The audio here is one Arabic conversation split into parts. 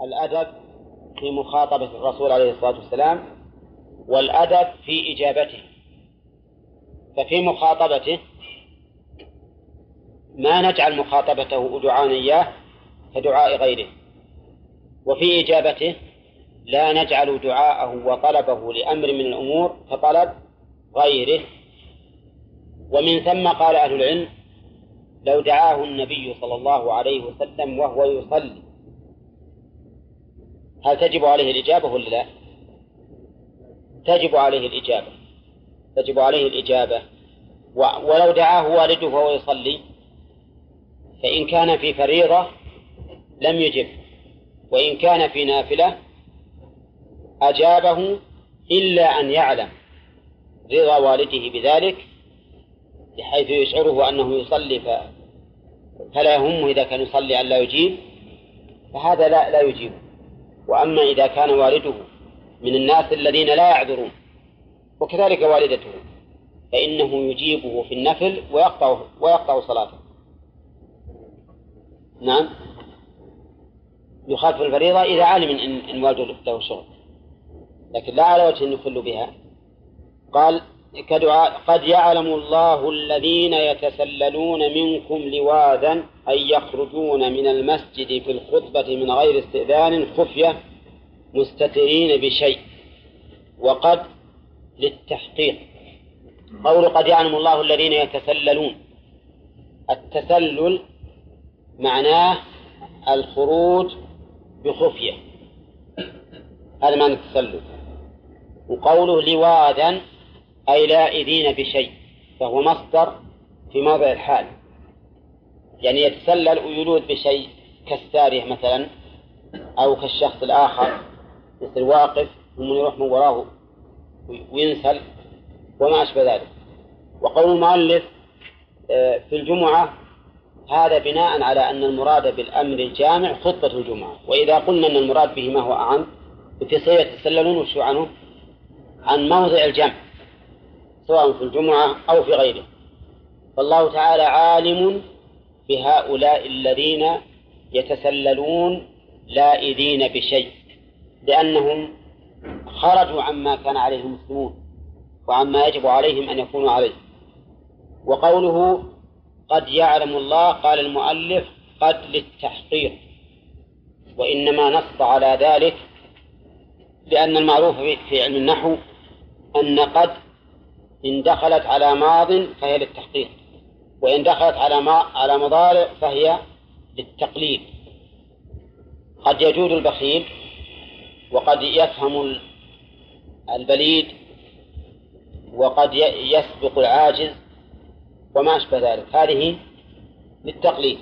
الأدب في مخاطبة الرسول عليه الصلاة والسلام والأدب في إجابته. ففي مخاطبته ما نجعل مخاطبته دعاء إياه كدعاء غيره، وفي إجابته لا نجعل دعاءه وطلبه لأمر من الأمور كطلب غيره. ومن ثم قال أهل العلم: لو دعاه النبي صلى الله عليه وسلم وهو يصلي هل تجب عليه الإجابة ولا لا؟ تجب عليه الإجابة، تجب عليه الإجابة. ولو دعاه والده وهو يصلي فإن كان في فريضة لم يجب، وإن كان في نافلة أجابه، إلا أن يعلم رضا والده بذلك بحيث يشعره أنه يصلي فلا يهمه إذا كان يصلي أن لا يجيب، فهذا لا يجيب. وأما إذا كان والده من الناس الذين لا يعذرون وكذلك والدته فإنه يجيبه في النفل ويقطع صلاته. نعم، يخالف الفريضة إذا علم إن والده له شغل، لكن لا على وجه يخل بها. قال كدعاء: قد يعلم الله الذين يتسللون منكم لواذا أن يخرجون من المسجد في الخطبة من غير استئذان خفية مستترين بشيء. وقد للتحقيق. قول قد يعلم الله الذين يتسللون، التسلل معناه الخروج بخفية، هذا معنى التسلل. وقوله لواذا أي لائذين بشيء، فهو مصدر في موضع الحال، يعني يتسلل ويلوذ بشيء كالسارية مثلا أو كالشخص الآخر مثل واقف ثم يروح من وراه وينسل وما أشبه ذلك. وقول المؤلف في الجمعة هذا بناء على أن المراد بالأمر الجامع خطبة الجمعة، وإذا قلنا أن المراد به ما هو أعم في صيغة يتسللون وشو عنه عن موضع الجمع سواء في الجمعة أو في غيره. فالله تعالى عالم بهؤلاء الذين يتسللون لائذين بشيء، لأنهم خرجوا عما كان عليه المسلمون وعما يجب عليهم أن يكونوا عليه. وقوله قد يعلم الله، قال المؤلف قد للتحقيق، وإنما نص على ذلك لأن المعروف في علم النحو أن قد إن دخلت على ماض فهي للتحقيق، وإن دخلت على مضارع فهي للتقليد. قد يجود البخيل، وقد يفهم البليد، وقد يسبق العاجز وما أشبه ذلك، هذه للتقليد،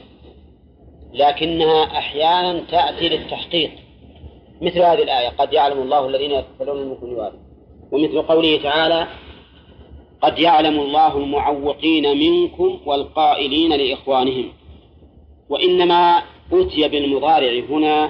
لكنها أحيانا تأتي للتحقيق، مثل هذه الآية قد يعلم الله الذين يتسللون منكم لواذا، ومثل قوله تعالى قد يعلم الله المعوقين منكم والقائلين لإخوانهم. وإنما أتي بالمضارع هنا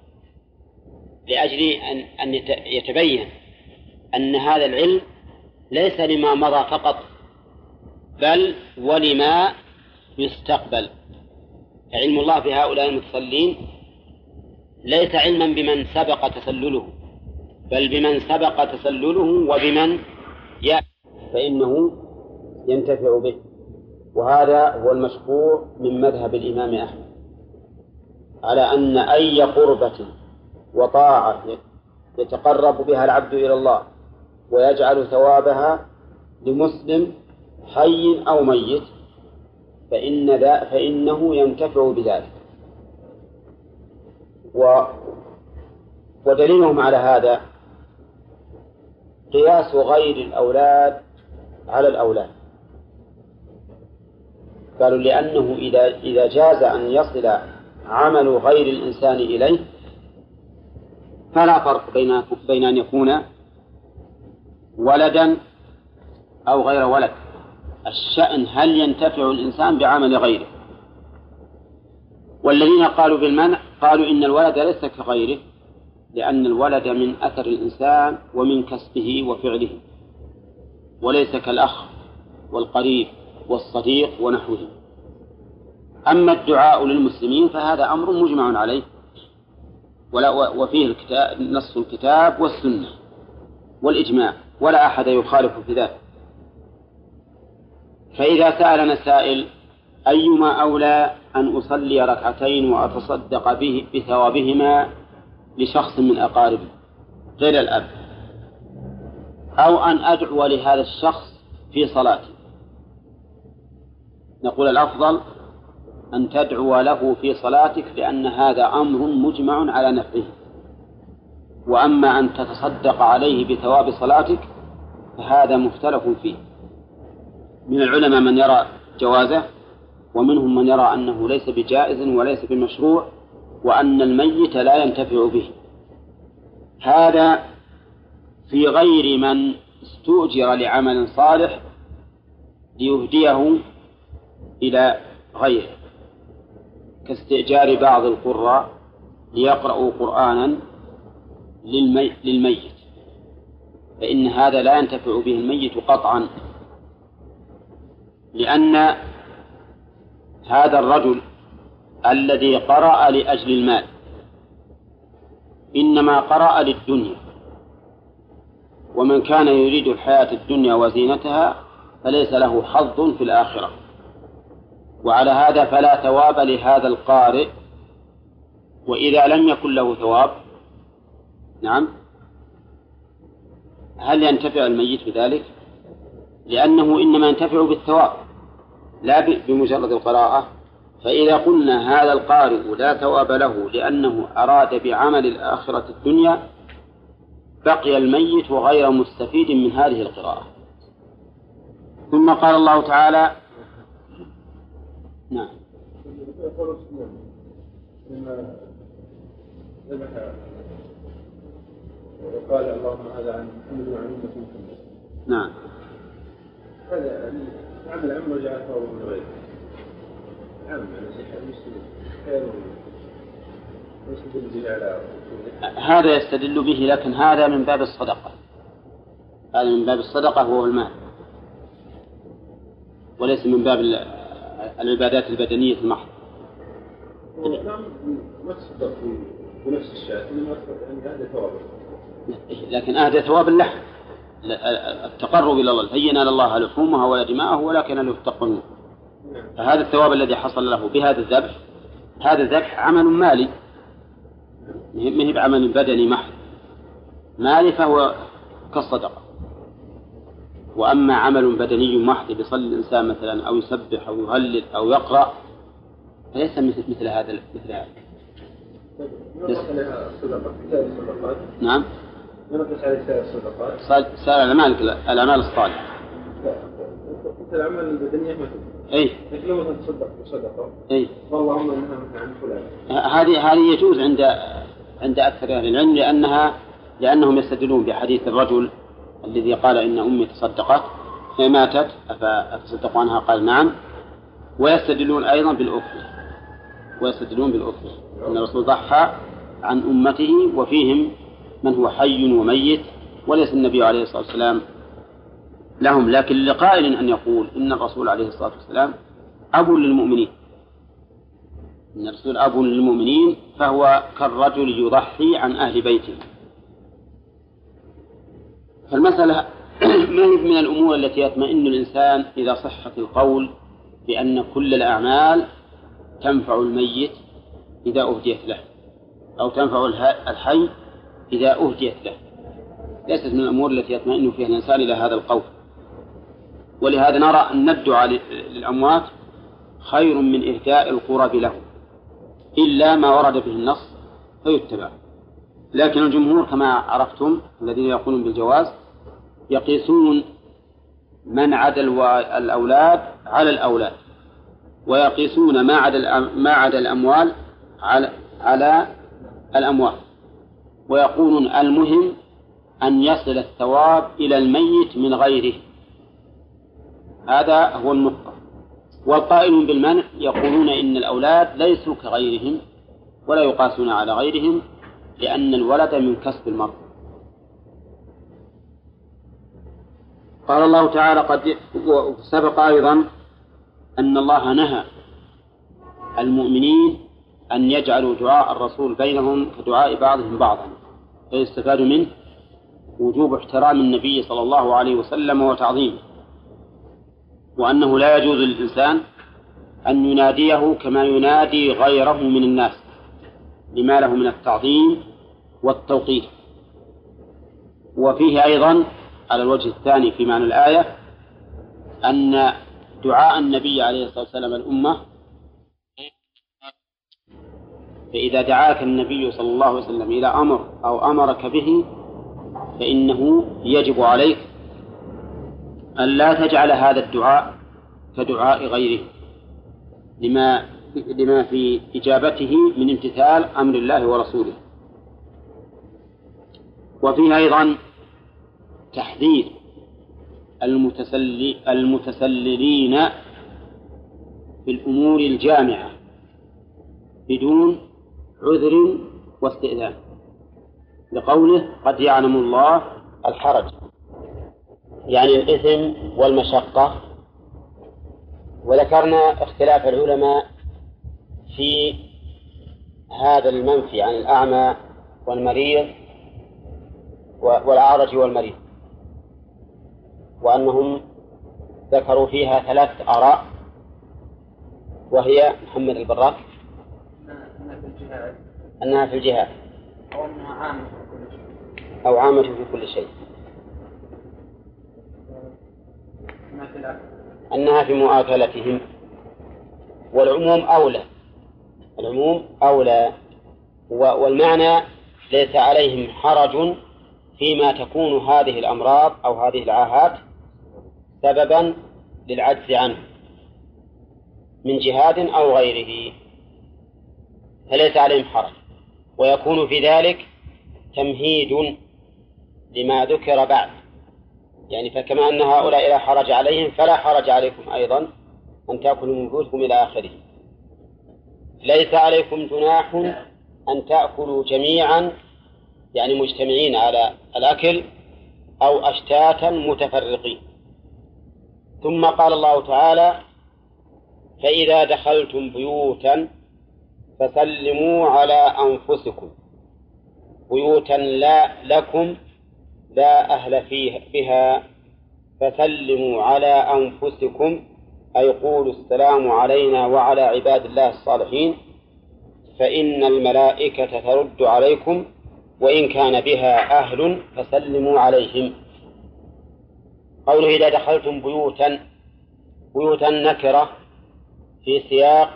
لأجل أن يتبين أن هذا العلم ليس لما مضى فقط بل ولما يستقبل. علم الله في هؤلاء المتصلين ليس علما بمن سبق تسلله بل بمن سبق تسلله وبمن يأتي فإنه ينتفع به. وهذا هو المشهور من مذهب الإمام أحمد على أن أي قربة وطاعة يتقرب بها العبد إلى الله ويجعل ثوابها لمسلم حي أو ميت فإنه ينتفع بذلك. ودليلهم على هذا قياس غير الأولاد على الأولاد. قالوا لأنه إذا جاز أن يصل عمل غير الإنسان إليه فلا فرق بين أن يكون ولدا أو غير ولد، الشأن هل ينتفع الإنسان بعمل غيره. والذين قالوا بالمنع قالوا إن الولد ليس كغيره، لأن الولد من أثر الإنسان ومن كسبه وفعله، وليس كالأخ والقريب والصديق ونحوه. أما الدعاء للمسلمين فهذا أمر مجمع عليه، وفيه الكتاب نص الكتاب والسنة والإجماع ولا أحد يخالف في ذلك. فإذا سألنا سائل أيما أولى أن أصلي ركعتين وأتصدق بثوابهما لشخص من أقاربي غير الأب، أو أن أدعو لهذا الشخص في صلاتي، نقول الأفضل أن تدعو له في صلاتك، لأن هذا أمر مجمع على نفعه. وأما أن تتصدق عليه بثواب صلاتك فهذا مختلف فيه، من العلماء من يرى جوازه، ومنهم من يرى أنه ليس بجائز وليس بمشروع، وأن الميت لا ينتفع به. هذا في غير من استؤجر لعمل صالح ليهديه إلى غيره، كاستئجار بعض القراء ليقرأوا قرآنا للميت، فإن هذا لا ينتفع به الميت قطعا، لأن هذا الرجل الذي قرأ لأجل المال إنما قرأ للدنيا، ومن كان يريد الحياة الدنيا وزينتها فليس له حظ في الآخرة. وعلى هذا فلا ثواب لهذا القارئ. وإذا لم يكن له ثواب، نعم، هل ينتفع الميت بذلك؟ لأنه إنما ينتفع بالثواب لا بمجرد القراءة. فإذا قلنا هذا القارئ لا ثواب له لأنه أراد بعمل الآخرة الدنيا، بقي الميت غير مستفيد من هذه القراءة. ثم قال الله تعالى: نعم، وقال اللهم هذا عن محمد وعن أمة محمد. نعم، هذا عمل عمل وجعل ثوابه من غيره. عمل هذا يستدل به، لكن هذا من باب الصدقة، هذا من باب الصدقة وهو المال، وليس من باب العبادات البدنية المحضة. ما تصدق بنفس الشيء، إنما أهدى ثوابه، لكن أهدى ثواب الله، التقرب إلى الله. لن ينال الله لحومها ولا دماءه ولكن له التقوى. فهذا الثواب الذي حصل له بهذا الذبح، هذا الذبح عمل مالي، مهب عمل بدني محض مالي، فهو كالصدقة. وأما عمل بدني محض بيصلي الإنسان مثلا أو يسبح أو يهلل أو يقرأ فليس مثل هذا. نعم، ينقص عليه سائر الصدقات، سائر الأعمال الصالحة. مثل الأعمال البدنية مثل أي، لكن لو مثلا تصدق بصدقة، أي، والله أنها عن فلان، هذه يجوز عند أكثر أهل العلم، لأنهم يستدلون بحديث الرجل الذي قال إن أمي تصدقت فماتت أفتصدق عنها؟ قال نعم. ويستدلون أيضا بالأضحية، أن الرسول ضحى عن أمته وفيهم من هو حي وميت، وليس النبي عليه الصلاة والسلام لهم. لكن لقائل أن يقول إن الرسول عليه الصلاة والسلام أب للمؤمنين، إن الرسول أب للمؤمنين، فهو كالرجل يضحي عن أهل بيته. فالمسألة ما هي من الأمور التي يطمئن الإنسان إذا صحت القول بأن كل الأعمال تنفع الميت إذا أهديت له، أو تنفع الحي إذا أهديت له. ليست من الأمور التي يطمئن فيها الإنسان إلى هذا القول. ولهذا نرى أن الدعاء للأموات خير من إهداء القرب له، إلا ما ورد به النص فيتبع. لكن الجمهور كما عرفتم الذين يقولون بالجواز يقيسون من عدا الأولاد على الأولاد، ويقيسون ما عدا الأموال على الأموال، ويقولون المهم أن يصل الثواب إلى الميت من غيره. هذا هو النقطة. والقائلون بالمنع يقولون إن الأولاد ليسوا كغيرهم ولا يقاسون على غيرهم، لأن الولد من كسب المرء. قال الله تعالى: قد سبق أيضا أن الله نهى المؤمنين أن يجعلوا دعاء الرسول بينهم كدعاء بعضهم بعضا، فيستفاد منه وجوب احترام النبي صلى الله عليه وسلم وتعظيمه، وأنه لا يجوز للإنسان أن يناديه كما ينادي غيره من الناس لما له من التعظيم والتوقير. وفيه أيضا على الوجه الثاني في معنى الآية أن دعاء النبي عليه الصلاة والسلام الأمة، فإذا دعاك النبي صلى الله عليه وسلم إلى أمر أو أمرك به فإنه يجب عليك أن لا تجعل هذا الدعاء كدعاء غيره لما في إجابته من امتثال أمر الله ورسوله. وفيه أيضا تحذير المتسللين في الأمور الجامعة بدون عذر واستئذان، لقوله قد يعلم الله الحرج، يعني الإثم والمشقة. وذكرنا اختلاف العلماء في هذا المنفي عن الأعمى والمريض والأعرج والمريض، وأنهم ذكروا فيها 3 آراء، وهي محمد البراك أنها في الجهاد أو عامة في كل شيء، أنها في مؤاكلتهم، والعموم أولى، العموم أولى. والمعنى ليس عليهم حرج فيما تكون هذه الأمراض أو هذه العاهات سببا للعجز عنه من جهاد أو غيره، فليس عليهم حرج. ويكون في ذلك تمهيد لما ذكر بعد، يعني فكما أن هؤلاء لا حرج عليهم فلا حرج عليكم أيضا أن تأكلوا من بيوتكم إلى آخره. ليس عليكم جناح أن تأكلوا جميعا، يعني مجتمعين على الأكل، أو أشتاتا متفرقين. ثم قال الله تعالى فإذا دخلتم بيوتا فسلموا على أنفسكم، بيوتا لا لكم لا أهل بها، فسلموا على أنفسكم، أي قولوا السلام علينا وعلى عباد الله الصالحين، فإن الملائكة ترد عليكم وإن كان بها أهل فسلموا عليهم. قوله إذا دخلتم بيوتا، بيوتا نكرة في سياق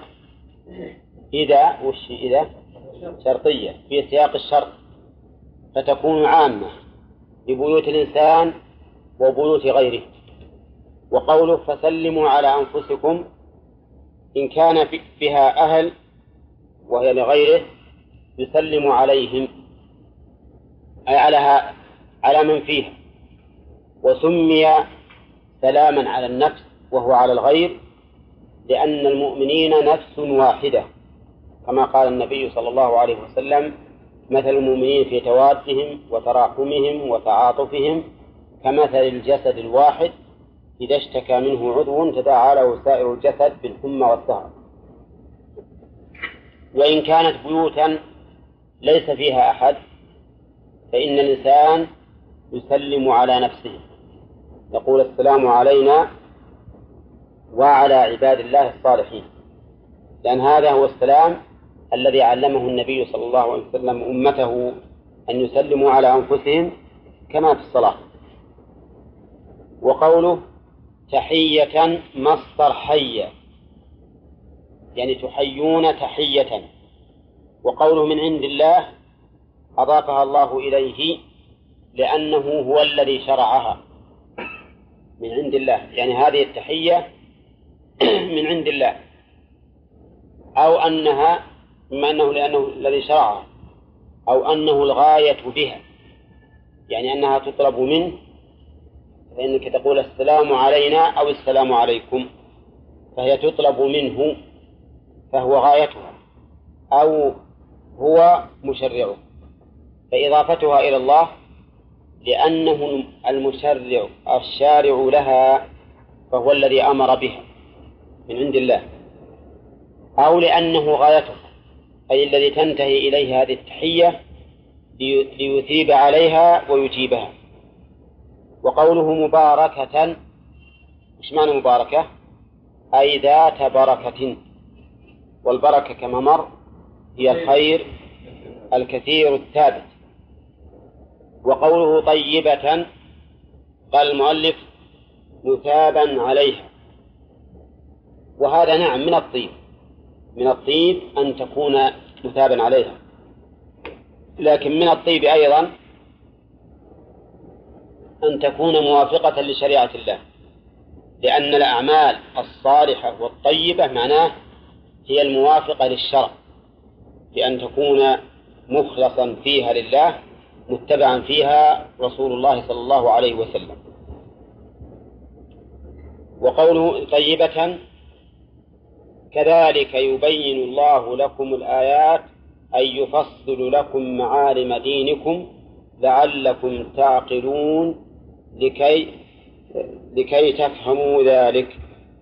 إذا شرطية في سياق الشرط، فتكون عامة لبيوت الإنسان وبيوت غيره. وقوله فسلموا على أنفسكم إن كان بها أهل وهي لغيره يسلم عليهم، أي على من فيها. وسمي سلاما على النفس وهو على الغير لأن المؤمنين نفس واحدة، كما قال النبي صلى الله عليه وسلم مثل المؤمنين في توادهم وتراحمهم وتعاطفهم كمثل الجسد الواحد إذا اشتكى منه عضو تداعى له سائر الجسد بالحمى والسهر. وإن كانت بيوتا ليس فيها أحد فإن الإنسان يسلم على نفسه، يقول السلام علينا وعلى عباد الله الصالحين، لأن هذا هو السلام الذي علمه النبي صلى الله عليه وسلم أمته أن يسلموا على أنفسهم كما في الصلاة. وقوله تحية مصدر حية، يعني تحيون تحية. وقوله من عند الله أضافها الله إليه لأنه هو الذي شرعها، من عند الله، يعني هذه التحية من عند الله، أو أنها بما أنه لأنه الذي شرعها، أو أنه الغاية بها، يعني أنها تطلب منه، فإنك تقول السلام علينا أو السلام عليكم، فهي تطلب منه فهو غايتها أو هو مشرعه. فإضافتها إلى الله لأنه المشرع الشارع لها، فهو الذي أمر بها من عند الله، أو لأنه غايته، أي الذي تنتهي إليه هذه التحية ليثيب عليها ويجيبها. وقوله مباركة، إيش معنى مباركة؟ أي ذات بركة، والبركة كما مر هي الخير الكثير الثابت. وقوله طيبة قال المؤلف مثابا عليها، وهذا نعم من الطيب أن تكون مثابا عليها، لكن من الطيب أيضا أن تكون موافقة لشريعة الله، لأن الأعمال الصالحة والطيبة معناه هي الموافقة للشرع، بأن تكون مخلصا فيها لله متبعا فيها رسول الله صلى الله عليه وسلم. وقوله طيبة كذلك يبين الله لكم الآيات أي يفصل لكم معالم دينكم لعلكم تعقلون لكي تفهموا ذلك.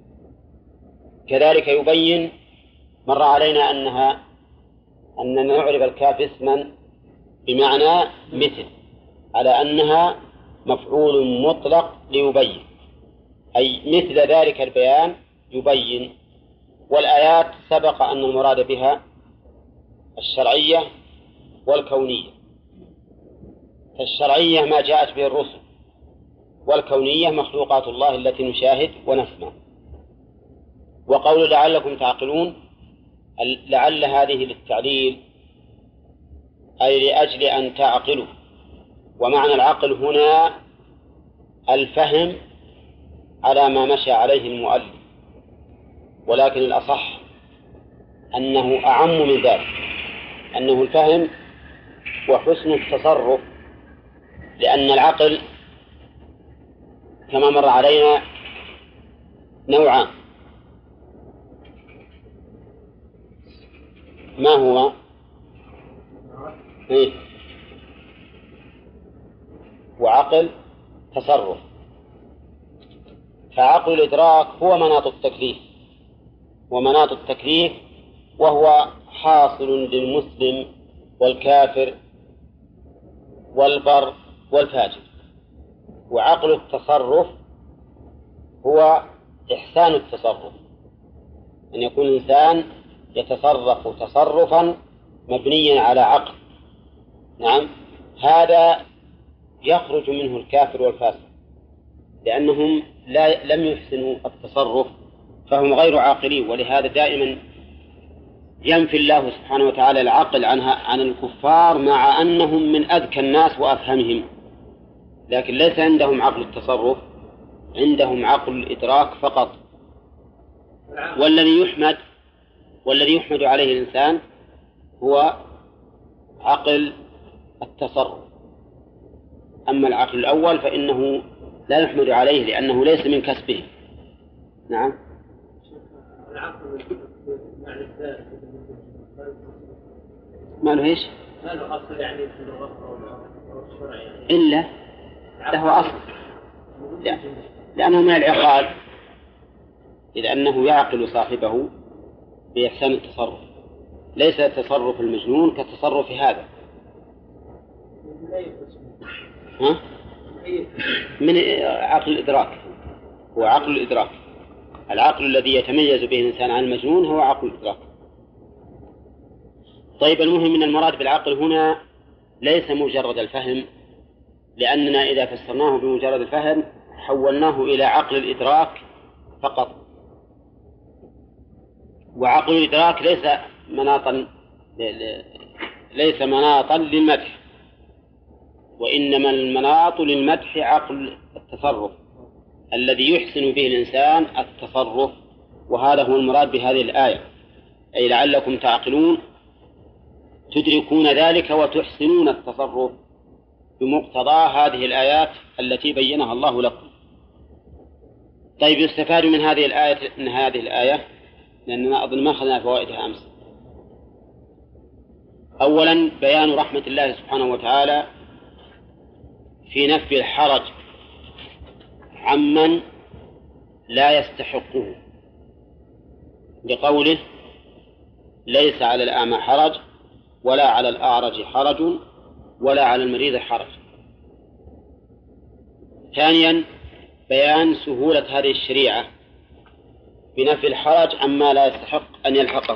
كذلك يبين مر علينا أننا نعرب الكاف اسما بمعنى مثل، على أنها مفعول مطلق ليبين، أي مثل ذلك البيان يبين. والآيات سبق أن المراد بها الشرعية والكونية، فالشرعية ما جاءت به الرسل، والكونية مخلوقات الله التي نشاهد ونسمع. وقول لعلكم تعقلون، لعل هذه للتعليل أي لأجل أن تعقلوا، ومعنى العقل هنا الفهم على ما مشى عليه المؤلف، ولكن الأصح أنه أعم من ذلك، أنه الفهم وحسن التصرف، لأن العقل كما مر علينا نوعان: ما هو؟ وعقل تصرف. فعقل الإدراك هو مناط التكليف، ومناط التكليف وهو حاصل للمسلم والكافر والبر والفاجر. وعقل التصرف هو إحسان التصرف، أن يكون الإنسان يتصرف تصرفا مبنيا على عقل. نعم، هذا يخرج منه الكافر والفاسق، لأنهم لم يحسنوا التصرف فهم غير عاقلين. ولهذا دائما ينفي الله سبحانه وتعالى العقل عن الكفار، مع أنهم من أذكى الناس وأفهمهم، لكن ليس عندهم عقل التصرف، عندهم عقل الإدراك فقط. والذي يحمد عليه الإنسان هو عقل التصرف. أما العقل الأول فإنه لا يحمد عليه لأنه ليس من كسبه. نعم. ما له إيش؟ ما له أصل يعني في اللغة أو الشرع يعني. إلا له أصل، لأنه من العقال، إذ أنه يعقل صاحبه بإحسان التصرف، ليس تصرف المجنون كتصرف هذا. من عقل الإدراك، هو عقل الإدراك. العقل الذي يتميز به الإنسان عن المجنون هو عقل الإدراك. طيب، المهم من المراد بالعقل هنا ليس مجرد الفهم، لأننا إذا فسرناه بمجرد الفهم حولناه إلى عقل الإدراك فقط. وعقل الإدراك ليس مناطا للمدح، وإنما المناط للمدح عقل التصرف الذي يحسن به الإنسان التصرف، وهذا هو المراد بهذه الآية، أي لعلكم تعقلون تدركون ذلك وتحسنون التصرف بمقتضى هذه الآيات التي بينها الله لكم. طيب، يستفاد من هذه الآية لأننا أظن ما أخذنا فوائدها أمس. أولا بيان رحمة الله سبحانه وتعالى في نفي الحرج عمن لا يستحقه، بقوله ليس على الأعمى حرج ولا على الأعرج حرج ولا على المريض حرج. ثانيا بيان سهولة هذه الشريعة بنفي الحرج عما لا يستحق أن يلحقه.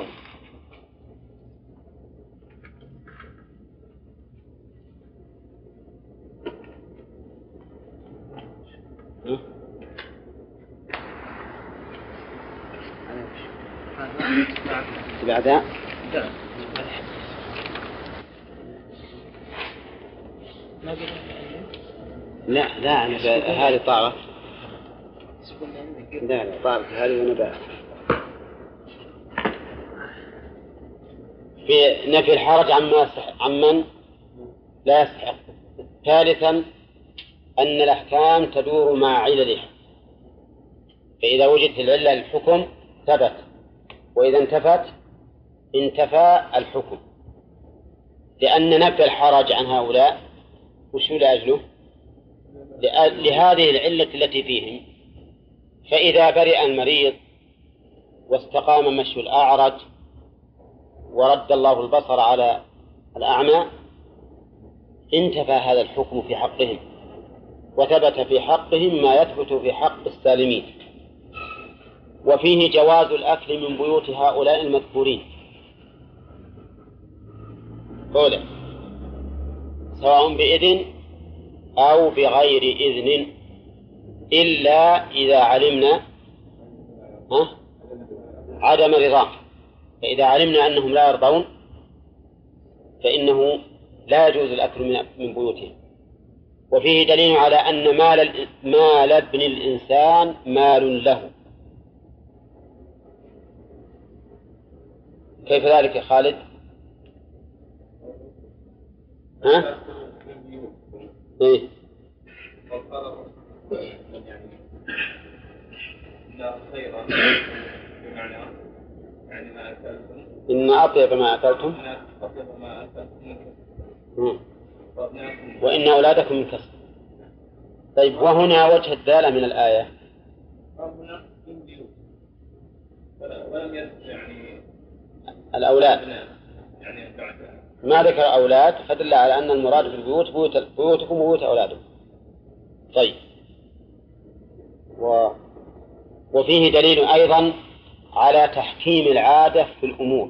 بعدها لا هذه طارت لا طارت هذه ونبات في نفي الحرج عمن لا يستحق. ثالثا أن الأحكام تدور مع عللها، فإذا وجدت العلة للحكم ثبت، وإذا انتفى الحكم، لأن نفي الحرج عن هؤلاء وشو لأجله؟ لهذه العلة التي فيهم. فإذا برئ المريض واستقام مشي الأعرج ورد الله البصر على الأعمى انتفى هذا الحكم في حقهم، وثبت في حقهم ما يثبت في حق السالمين. وفيه جواز الأكل من بيوت هؤلاء المذكورين قوله سواء بإذن أو بغير إذن إلا إذا علمنا عدم رضاه. فإذا علمنا أنهم لا يرضون فإنه لا يجوز الأكل من بيوتهم. وفيه دليل على أن مال ابن الإنسان مال له. كيف ذلك يا خالد؟ ها؟ إيه؟ إن أطيب ما أكلتم وإن أولادكم من كسب. طيب وهنا وجه الدالة من الآية الأولاد ما ذكر أولاد، فدل على أن المراد بالبيوت بيوتكم وبيوت أولادكم. طيب وفيه دليل أيضا على تحكيم العادة في الأمور،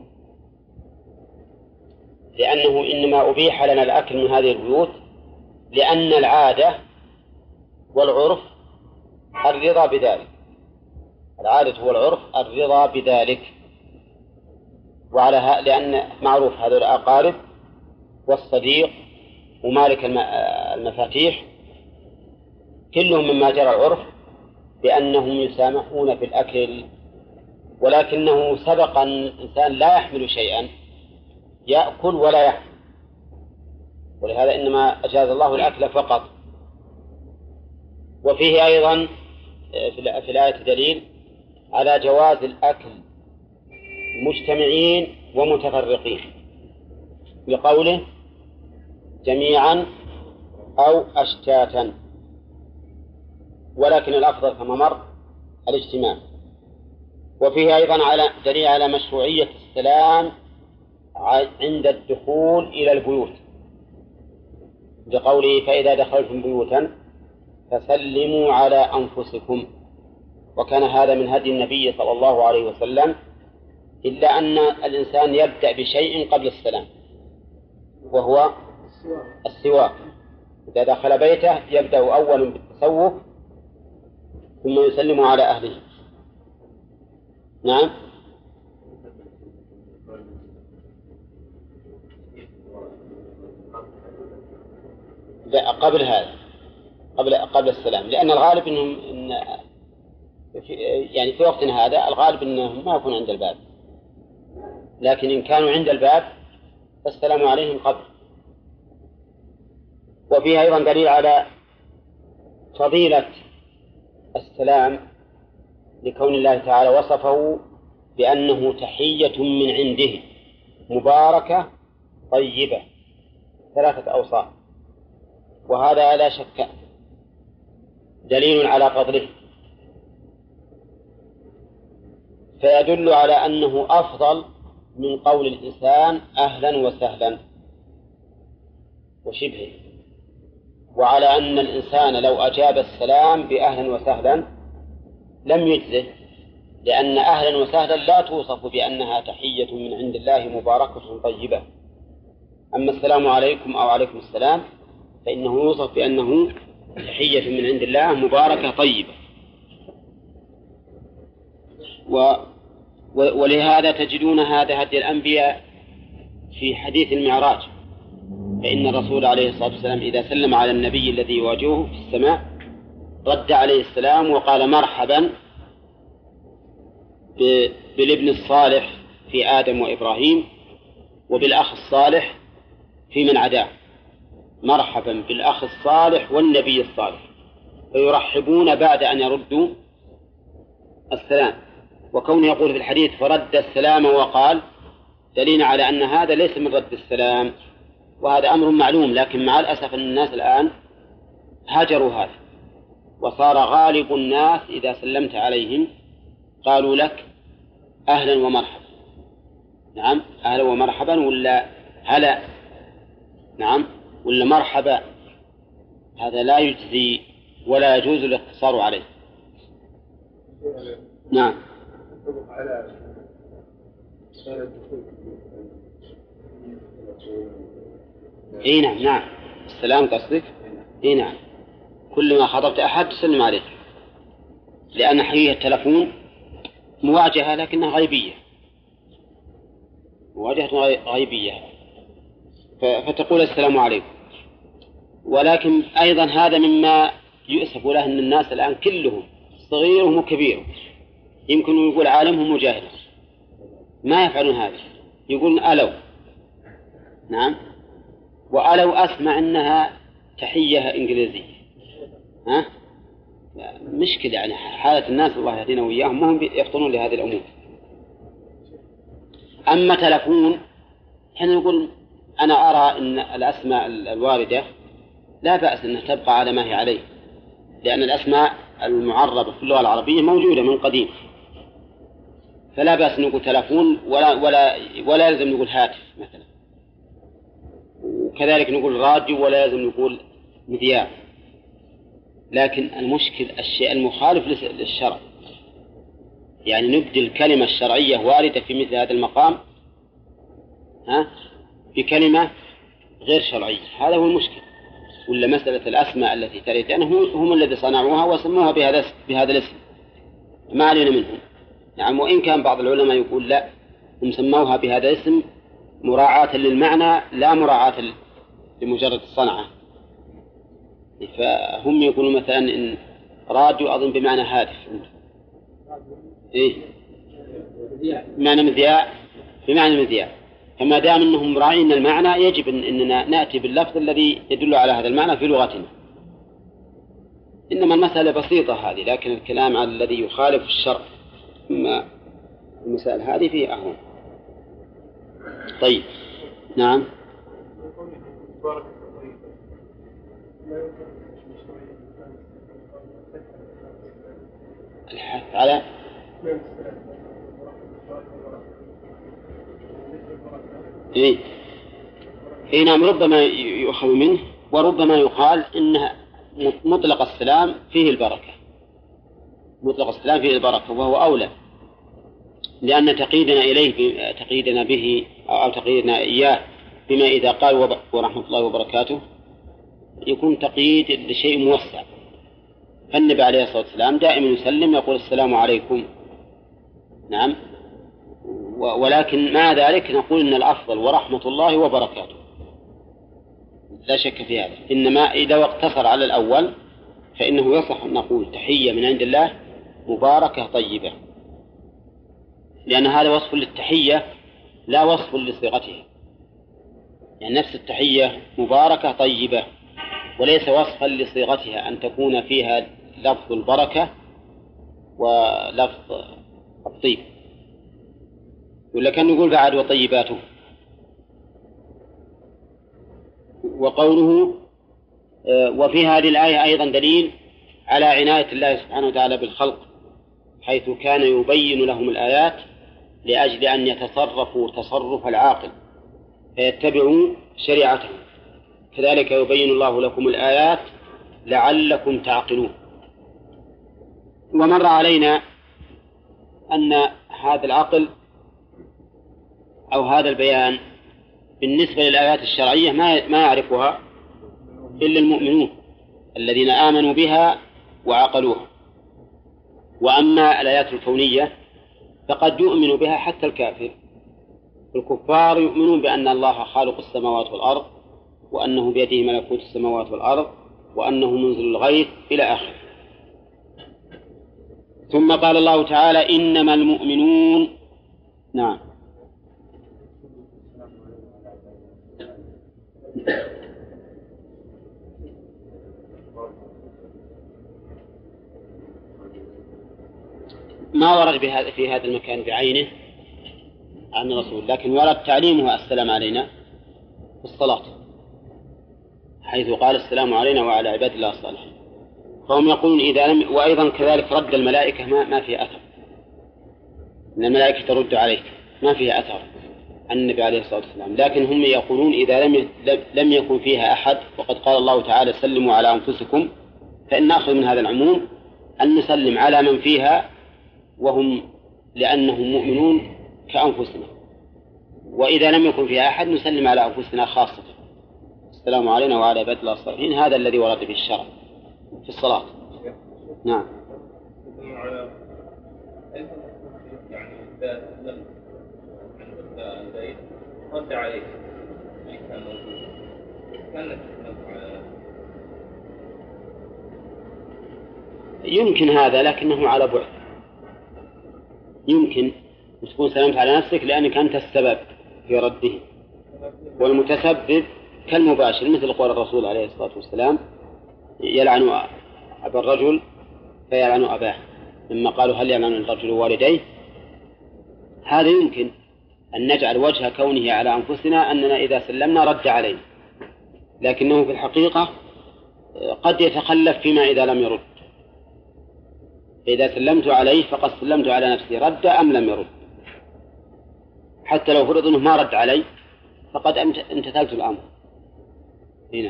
لأنه إنما أبيح لنا الأكل من هذه البيوت لأن العادة والعرف الرضا بذلك. العادة والعرف الرضا بذلك، لأن معروف هذول الأقارب والصديق ومالك المفاتيح كلهم مما جرى العرف بأنهم يسامحون في الأكل، ولكنه سبق أن الإنسان لا يحمل شيئا يأكل ولا يحمل، ولهذا إنما أجاز الله الأكل فقط. وفيه أيضا في الآية دليل على جواز الأكل مجتمعين ومتفرقين بقوله جميعا أو أشتاتا، ولكن الأفضل كما مر الاجتماع. وفيه أيضا دليل على مشروعية السلام عند الدخول إلى البيوت بقوله فإذا دخلتم بيوتا فسلموا على أنفسكم. وكان هذا من هدي النبي صلى الله عليه وسلم، إلا أن الإنسان يبدأ بشيء قبل السلام وهو السواك. إذا دخل بيته يبدأ أولا بالتسوق ثم يسلم على أهله. نعم. لا قبل هذا قبل السلام، لأن الغالب إنهم يعني في وقتنا هذا الغالب إنهم ما يكون عند الباب، لكن إن كانوا عند الباب فالسلام عليهم قبل. وفيها أيضا دليل على فضيلة السلام لكون الله تعالى وصفه بأنه تحية من عنده مباركة طيبة، 3 أوصاف، وهذا لا شك دليل على فضله، فيدل على أنه أفضل من قول الإنسان أهلا وسهلا وشبهه، وعلى أن الإنسان لو أجاب السلام بأهلا وسهلا لم يجزه، لأن أهلا وسهلا لا توصف بأنها تحية من عند الله مباركة طيبة. أما السلام عليكم أو عليكم السلام فإنه يوصف بأنه تحية من عند الله مباركة طيبة. ولهذا تجدون هذا هدي الأنبياء في حديث المعراج، فإن الرسول عليه الصلاة والسلام إذا سلم على النبي الذي يواجهه في السماء رد عليه السلام وقال مرحبا بالابن الصالح في آدم وإبراهيم وبالأخ الصالح في من عداه، مرحبا بالأخ الصالح والنبي الصالح، فيرحبون بعد أن يردوا السلام. وكونه يقول في الحديث فرد السلام وقال دليل على أن هذا ليس من رد السلام، وهذا أمر معلوم، لكن مع الأسف أن الناس الآن هاجروا هذا، وصار غالب الناس إذا سلمت عليهم قالوا لك أهلا ومرحبا. نعم، أهلا ومرحبا ولا هلا، نعم، ولا مرحبا. هذا لا يجزي ولا يجوز الاقتصار عليه. نعم. اي نعم، نعم، السلام قصدك؟ اي نعم، كل ما خطبت أحد تسلم عليه، لأن حقيقة التلفون مواجهة لكنها غيبية، مواجهة غيبية، فتقول السلام عليكم. ولكن أيضا هذا مما يؤسف له أن الناس الآن كلهم صغيرهم وكبيرهم، يمكن يقول عالمهم وجاهلهم، ما يفعلون هذا، يقولون ألو. نعم، وألو أسمع أنها تحية إنجليزية. ها؟ مشكلة يعني حالة الناس الله يهدينا وإياهم، ما هم يفطنون لهذه الأمور. أما تلفون حين نقول أنا أرى أن الأسماء الواردة لا بأس أنها تبقى على ما هي عليه، لأن الأسماء المعربة في اللغة العربية موجودة من قديم، فلا بأس نقول تلفون ولا يلزم نقول هاتف مثلا، وكذلك نقول راديو ولا يلزم نقول مذياع. لكن المشكل الشيء المخالف للشرع، يعني نبدل الكلمة الشرعية واردة في مثل هذا المقام بكلمة غير شرعية، هذا هو المشكل. ولا مسألة الأسماء التي تريد هم الذي صنعوها وسموها بهذا الاسم، ما علينا منهم. يعني وإن كان بعض العلماء يقول لا، هم سموها بهذا الاسم مراعاة للمعنى لا مراعاة لمجرد الصنعة. فهم يقولون مثلا إن راديو أظن بمعنى هاتف، إيه بمعنى مذياع، بمعنى مذياع. فما دام أنهم مراعين المعنى يجب أننا نأتي باللفظ الذي يدل على هذا المعنى في لغتنا. إنما المسألة بسيطة هذه، لكن الكلام على الذي يخالف الشرع ثم المسائل هذه فيه أهون. طيب، نعم. الحث على إيه نعم، ربما يؤخذ منه وربما يقال إن مطلق السلام فيه البركة، مطلق السلام فيه البركة، وهو أولى، لأن تقييدنا به أو تقييدنا إياه بما إذا قال ورحمة الله وبركاته يكون تقييد لشيء موسع. فالنبي عليه الصلاة والسلام دائما يسلم يقول السلام عليكم. نعم، ولكن مع ذلك نقول إن الأفضل ورحمة الله وبركاته، لا شك في هذا. إنما إذا اقتصر على الأول فإنه يصح أن نقول تحية من عند الله مباركة طيبة، لأن هذا وصف للتحية لا وصف لصيغتها، يعني نفس التحية مباركة طيبة وليس وصفا لصيغتها أن تكون فيها لفظ البركة ولفظ الطيب. ولا كان نقول بعد وطيباته. وقوله وفي هذه الآية أيضا دليل على عناية الله سبحانه وتعالى بالخلق، حيث كان يبين لهم الآيات لأجل أن يتصرفوا تصرف العاقل فيتبعوا شريعته. كذلك يبين الله لكم الآيات لعلكم تعقلون. ومر علينا أن هذا العقل أو هذا البيان بالنسبة للآيات الشرعية ما يعرفها إلا المؤمنون الذين آمنوا بها وعقلوها. وأما الآيات الكونية فقد يؤمن بها حتى الكافر. الكفار يؤمنون بأن الله خالق السماوات والأرض، وأنه بيده ملكوت السماوات والأرض، وأنه منزل الغيث إلى آخره. ثم قال الله تعالى إنما المؤمنون. نعم. ما ورد في هذا المكان بعينه عن الرسول، لكن ورد تعليمه السلام علينا في الصلاة، حيث قال السلام علينا وعلى عباد الله الصالحين. فهم يقولون إذا لم، وأيضا كذلك رد الملائكة ما فيها أثر، إن الملائكة ترد عليك ما فيها أثر عن النبي عليه الصلاة والسلام. لكن هم يقولون إذا لم يكن فيها أحد، وقد قال الله تعالى سلموا على أنفسكم، فإن نأخذ من هذا العموم أن نسلم على من فيها وهم لأنهم مؤمنون كأنفسنا، وإذا لم يكن فيها أحد نسلم على أنفسنا خاصة السلام علينا وعلى عباد الله الصالحين. هذا الذي ورد به الشرع في الصلاة. نعم. يعني إذا لم رد عليك كان موجود كانت يمكن هذا، لكنه على بعد. يمكن تكون سلمت على نفسك لأنك أنت السبب في رده، والمتسبب كالمباشر، مثل قول الرسول عليه الصلاة والسلام يلعن أبا الرجل فيلعن أباه، لما قالوا هل يلعن الرجل والديه. هذا يمكن أن نجعل وجه كونه على أنفسنا أننا إذا سلمنا رد عليه، لكنه في الحقيقة قد يتخلف فيما إذا لم يرد. إذا سلمت عليه فقد سلمت على نفسي، رد أم لم يرد. حتى لو فرض أنه ما رد علي فقد امتثلت الأمر. هنا.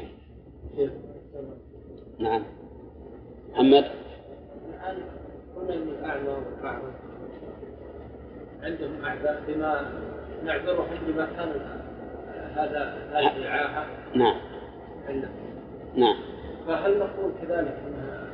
نعم. محمد. الآن كنا من الأعمى والأعمى عندهم أعذار بما نعذرهم بما كان هذه العاهة. نعم. عندهم. نعم. فهل نقول كذلك أنها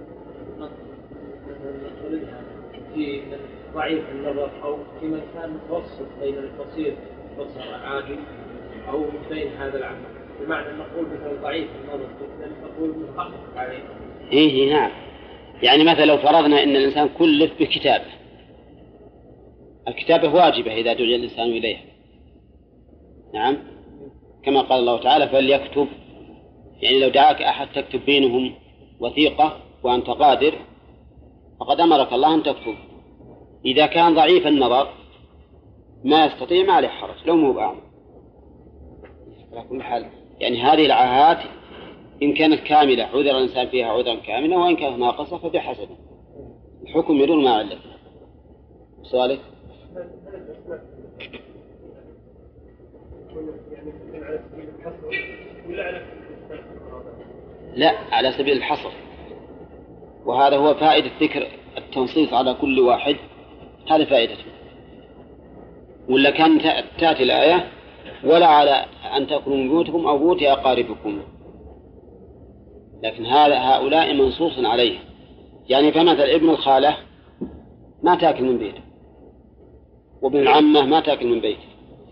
نخرجها في ضعيف النظر أو في من كان متوسط بين البصير بصر عاجل أو بين هذا العمل، بمعنى نقول مثل ضعيف النظر نقول مخفف عليه. إيه نعم. يعني مثلا لو فرضنا أن الإنسان كلف بكتابه، الكتابة واجبة إذا دعي الإنسان إليها. نعم. كما قال الله تعالى فليكتب، يعني لو دعاك أحد تكتب بينهم وثيقة وأنت قادر فقد أمرك الله أن تكتب. إذا كان ضعيف النظر ما يستطيع ما عليه حرج لو مو بأعمى. على كل حال يعني هذه العاهات إن كانت كاملة عذر الإنسان فيها عذرا كاملا، وإن كانت ناقصة فبحسب الحكم يدور ما علته. سؤالك؟ لا، على سبيل الحصر، وهذا هو فائدة ذكر التنصيص على كل واحد، هذا فائدته. ولا كان تأتي الآية ولا على أن تأكلوا من بيوتكم أو بيوت أقاربكم، لكن هؤلاء منصوص عليه. يعني فمثل ابن الخالة ما تأكل من بيته، وابن العمة ما تأكل من بيته،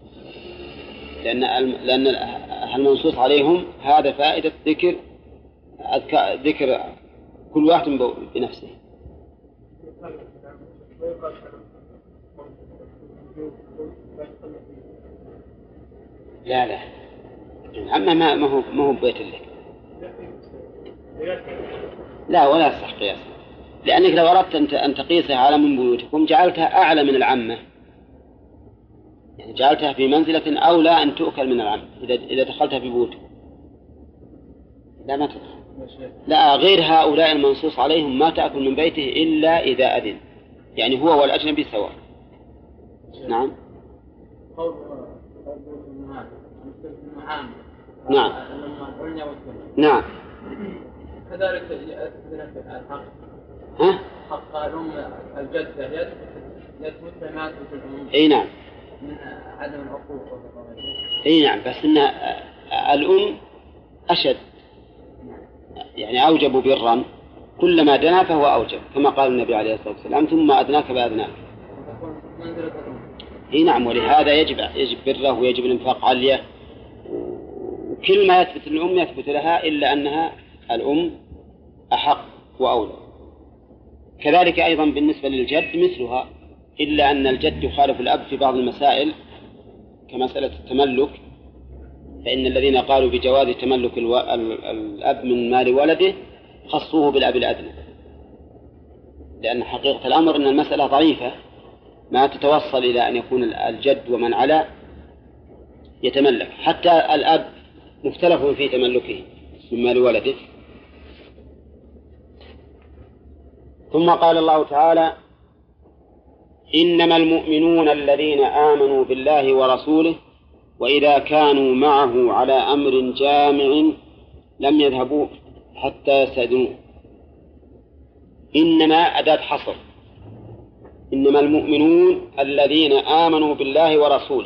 لأن المنصوص عليهم هذا فائدة ذكر كل واحد بنفسه. لا العمة ما هو بيت الله، لا ولا يصح قياس، لأنك لو أردت أن تقيسها على من بيوتكم جعلتها أعلى من العمة، يعني جعلتها في منزلة أولى أن تؤكل من العمة إذا دخلتها في بيوتكم. لا ما تدخل. لا، غير هؤلاء المنصوص عليهم ما تأكل من بيته إلا إذا أذن، يعني هو والأجنبي سواء، نعم. قول الأمهات مثل عام. نعم. نعم. كذلك الحق. ها؟ حق الأم الجدة يثبت ما في الأم. أي نعم. من عدم العقوق. أي نعم، بس إن الأم أشد، يعني أوجب برا، كلما دنا فهو أوجب، كما قال النبي عليه الصلاة والسلام ثم أدناك بأدناك. أي نعم، ولهذا يجب بره ويجب الإنفاق عليه، وكل ما يثبت الأم يثبت لها، إلا أنها الأم أحق وأولى. كذلك أيضا بالنسبة للجد مثلها، إلا أن الجد يخالف الأب في بعض المسائل كمسألة التملك، فإن الذين قالوا بجواز تملك الأب من مال ولده خصوه بالأب الأدنى، لأن حقيقة الأمر أن المسألة ضعيفة ما تتوصل إلى أن يكون الجد ومن على يتملك، حتى الأب مختلف في تملكه من مال ولده. ثم قال الله تعالى: إنما المؤمنون الذين آمنوا بالله ورسوله وإذا كانوا معه على أمر جامع لم يذهبوا حتى يستأذنوه. إنما أداة حصر، إنما المؤمنون الذين آمنوا بالله ورسوله،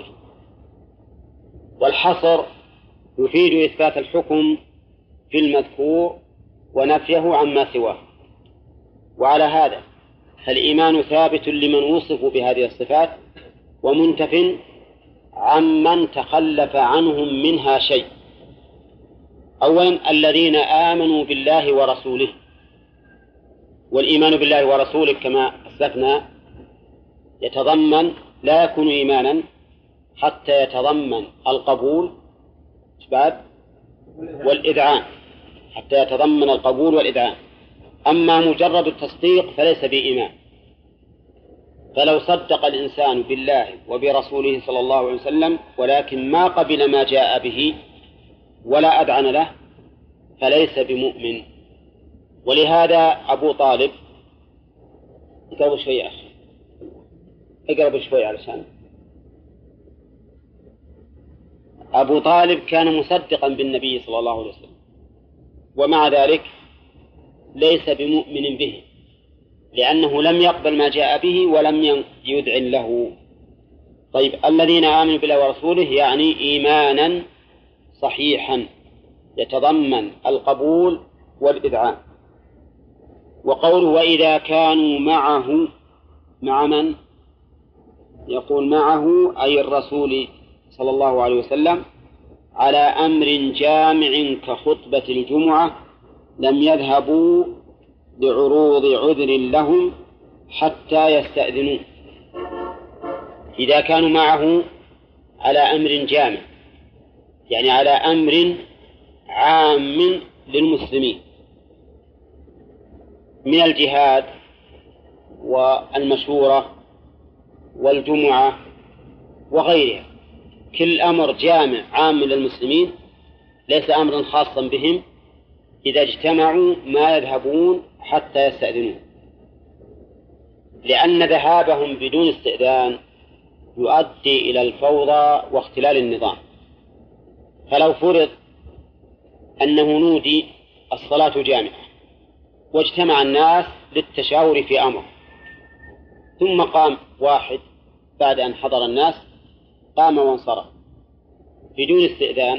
والحصر يفيد إثبات الحكم في المذكور ونفيه عما سواه. وعلى هذا فالإيمان ثابت لمن وصف بهذه الصفات ومنتف عمن تخلف عنهم منها شيء. أولا الذين آمنوا بالله ورسوله، والإيمان بالله ورسوله كما أسلفنا يتضمن، لا يكون إيمانا حتى يتضمن القبول والإذعان، حتى يتضمن القبول والإذعان. أما مجرد التصديق فليس بإيمان. فلو صدق الإنسان بالله وبرسوله صلى الله عليه وسلم ولكن ما قبل ما جاء به ولا أذعن له فليس بمؤمن. ولهذا أبو طالب، اقرب شوي يا أخي، اقرب شوي علشان أبو طالب كان مصدقا بالنبي صلى الله عليه وسلم، ومع ذلك ليس بمؤمن به، لأنه لم يقبل ما جاء به ولم يذعن له. طيب، الذين آمنوا بالله ورسوله يعني إيمانا صحيحا يتضمن القبول والإذعان. وقوله وإذا كانوا معه، مع من؟ يقول معه أي الرسول صلى الله عليه وسلم على أمر جامع كخطبة الجمعة لم يذهبوا لعروض عذر لهم حتى يستأذنوا. إذا كانوا معه على أمر جامع يعني على أمر عام للمسلمين من الجهاد والمشورة والجمعة وغيرها، كل أمر جامع عام للمسلمين ليس أمرا خاصا بهم، إذا اجتمعوا ما يذهبون حتى يستأذنون، لأن ذهابهم بدون استئذان يؤدي إلى الفوضى واختلال النظام. فلو فرض أنه نودي الصلاة جامعة واجتمع الناس للتشاور في أمر، ثم قام واحد بعد أن حضر الناس قام وانصرف بدون استئذان،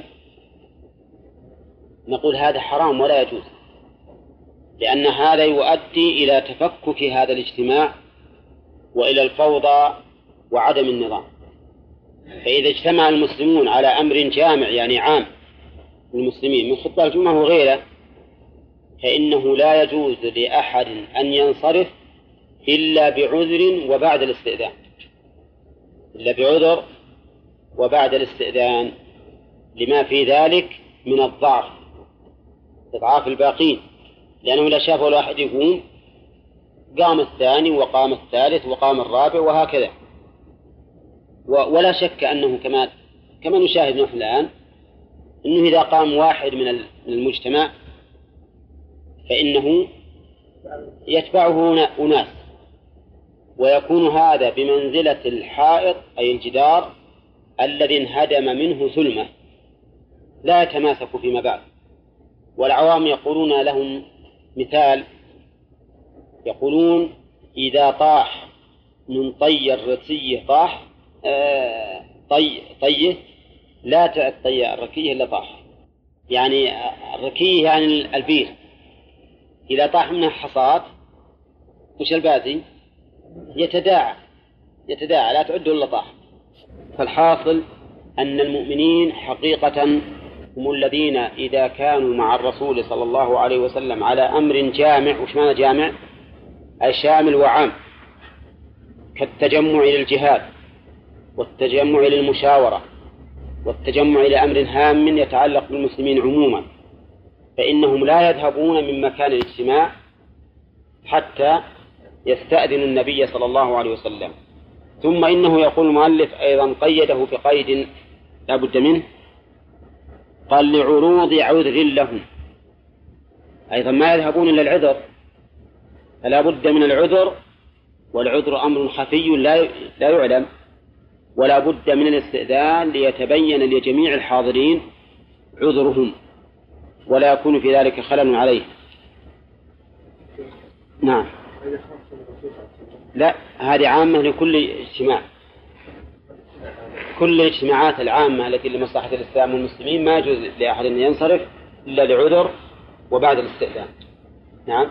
نقول هذا حرام ولا يجوز، لأن هذا يؤدي إلى تفكك هذا الاجتماع وإلى الفوضى وعدم النظام. فإذا اجتمع المسلمون على أمر جامع يعني عام للمسلمين من خطبة الجمعة وغيره، فإنه لا يجوز لأحد أن ينصرف إلا بعذر وبعد الاستئذان، إلا بعذر وبعد الاستئذان، لما في ذلك من الضعف، إضعاف الباقين، لأنه لا شاف ولا أحد يقوم قام الثاني وقام الثالث وقام الرابع وهكذا. ولا شك أنه كما نشاهد نحن الآن أنه إذا قام واحد من المجتمع فإنه يتبعه أناس، ويكون هذا بمنزلة الحائط أي الجدار الذي انهدم منه ثلمة لا يتماسك فيما بعد. والعوام يقولون لهم مثال، يقولون إذا طاح من طي الرسية طاح طيه لا تطي الركية إلا طاح، يعني الركية يعني البير إذا طاح منها حصاد وش الباقي يتداعى لا تعد إلا طاح. فالحاصل أن المؤمنين حقيقة هم الذين إذا كانوا مع الرسول صلى الله عليه وسلم على أمر جامع. وش معنى جامع؟ أي شامل وعام، كالتجمع إلى الجهاد والتجمع إلى المشاورة والتجمع إلى أمر هام يتعلق بالمسلمين عموما، فإنهم لا يذهبون من مكان الاجتماع حتى يستأذن النبي صلى الله عليه وسلم. ثم إنه يقول المؤلف أيضا قيده بقيد لا بد منه، قال لعروض عذر لهم، أيضا ما يذهبون إلا العذر، فلا بد من العذر، والعذر أمر خفي لا يعلم، ولا بد من الاستئذان ليتبين لجميع الحاضرين عذرهم ولا يكون في ذلك خلل عليه. نعم. لا، هذه عامة لكل اجتماع، كل الاجتماعات العامة التي لمصلحة الإسلام والمسلمين ما يجوز لأحد أن ينصرف إلا لعذر وبعد الاستئذان. نعم.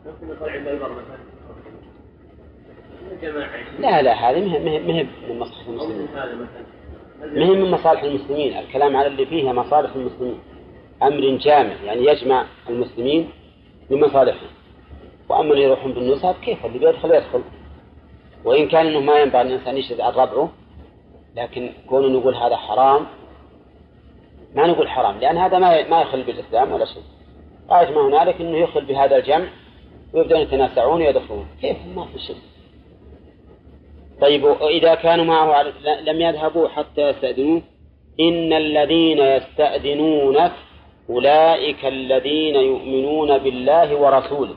لا هذه مهم من مصلحة المسلمين، مهم من مصالح المسلمين. الكلام على اللي فيها مصالح المسلمين، أمر جامع يعني يجمع المسلمين بمصالحهم. وأما اللي يروحون بالنصاب كيف اللي يدخل، وإن كان إنه ما ينبغي الإنسان يشهد عن ربعه، لكن كون نقول هذا حرام ما نقول حرام، لأن هذا ما يخل بالإسلام ولا شيء. غاية ما هنالك إنه يخل بهذا الجمع ويبدأون يتناسعون ويدخلون، كيف ما في شيء. طيب إذا كانوا معه لم يذهبوا حتى يستأذنوه. إن الذين يستأذنونك أولئك الذين يؤمنون بالله ورسوله.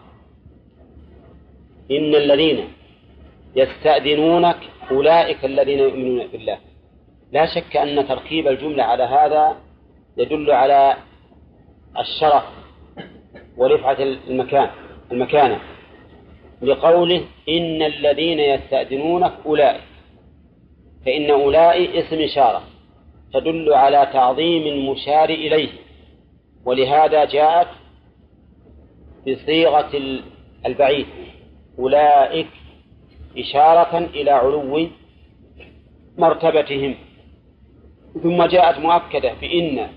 إن الذين يستأذنونك أولئك الذين يؤمنون بالله. لا شك أن تركيب الجملة على هذا يدل على الشرف ورفعة المكانة، لقوله إن الذين يستأذنونك أولئك، فإن أولئك اسم إشارة تدل على تعظيم المشار إليه، ولهذا جاءت بصيغة البعيد أولئك إشارة إلى علو مرتبتهم. ثم جاءت مؤكدة بإن،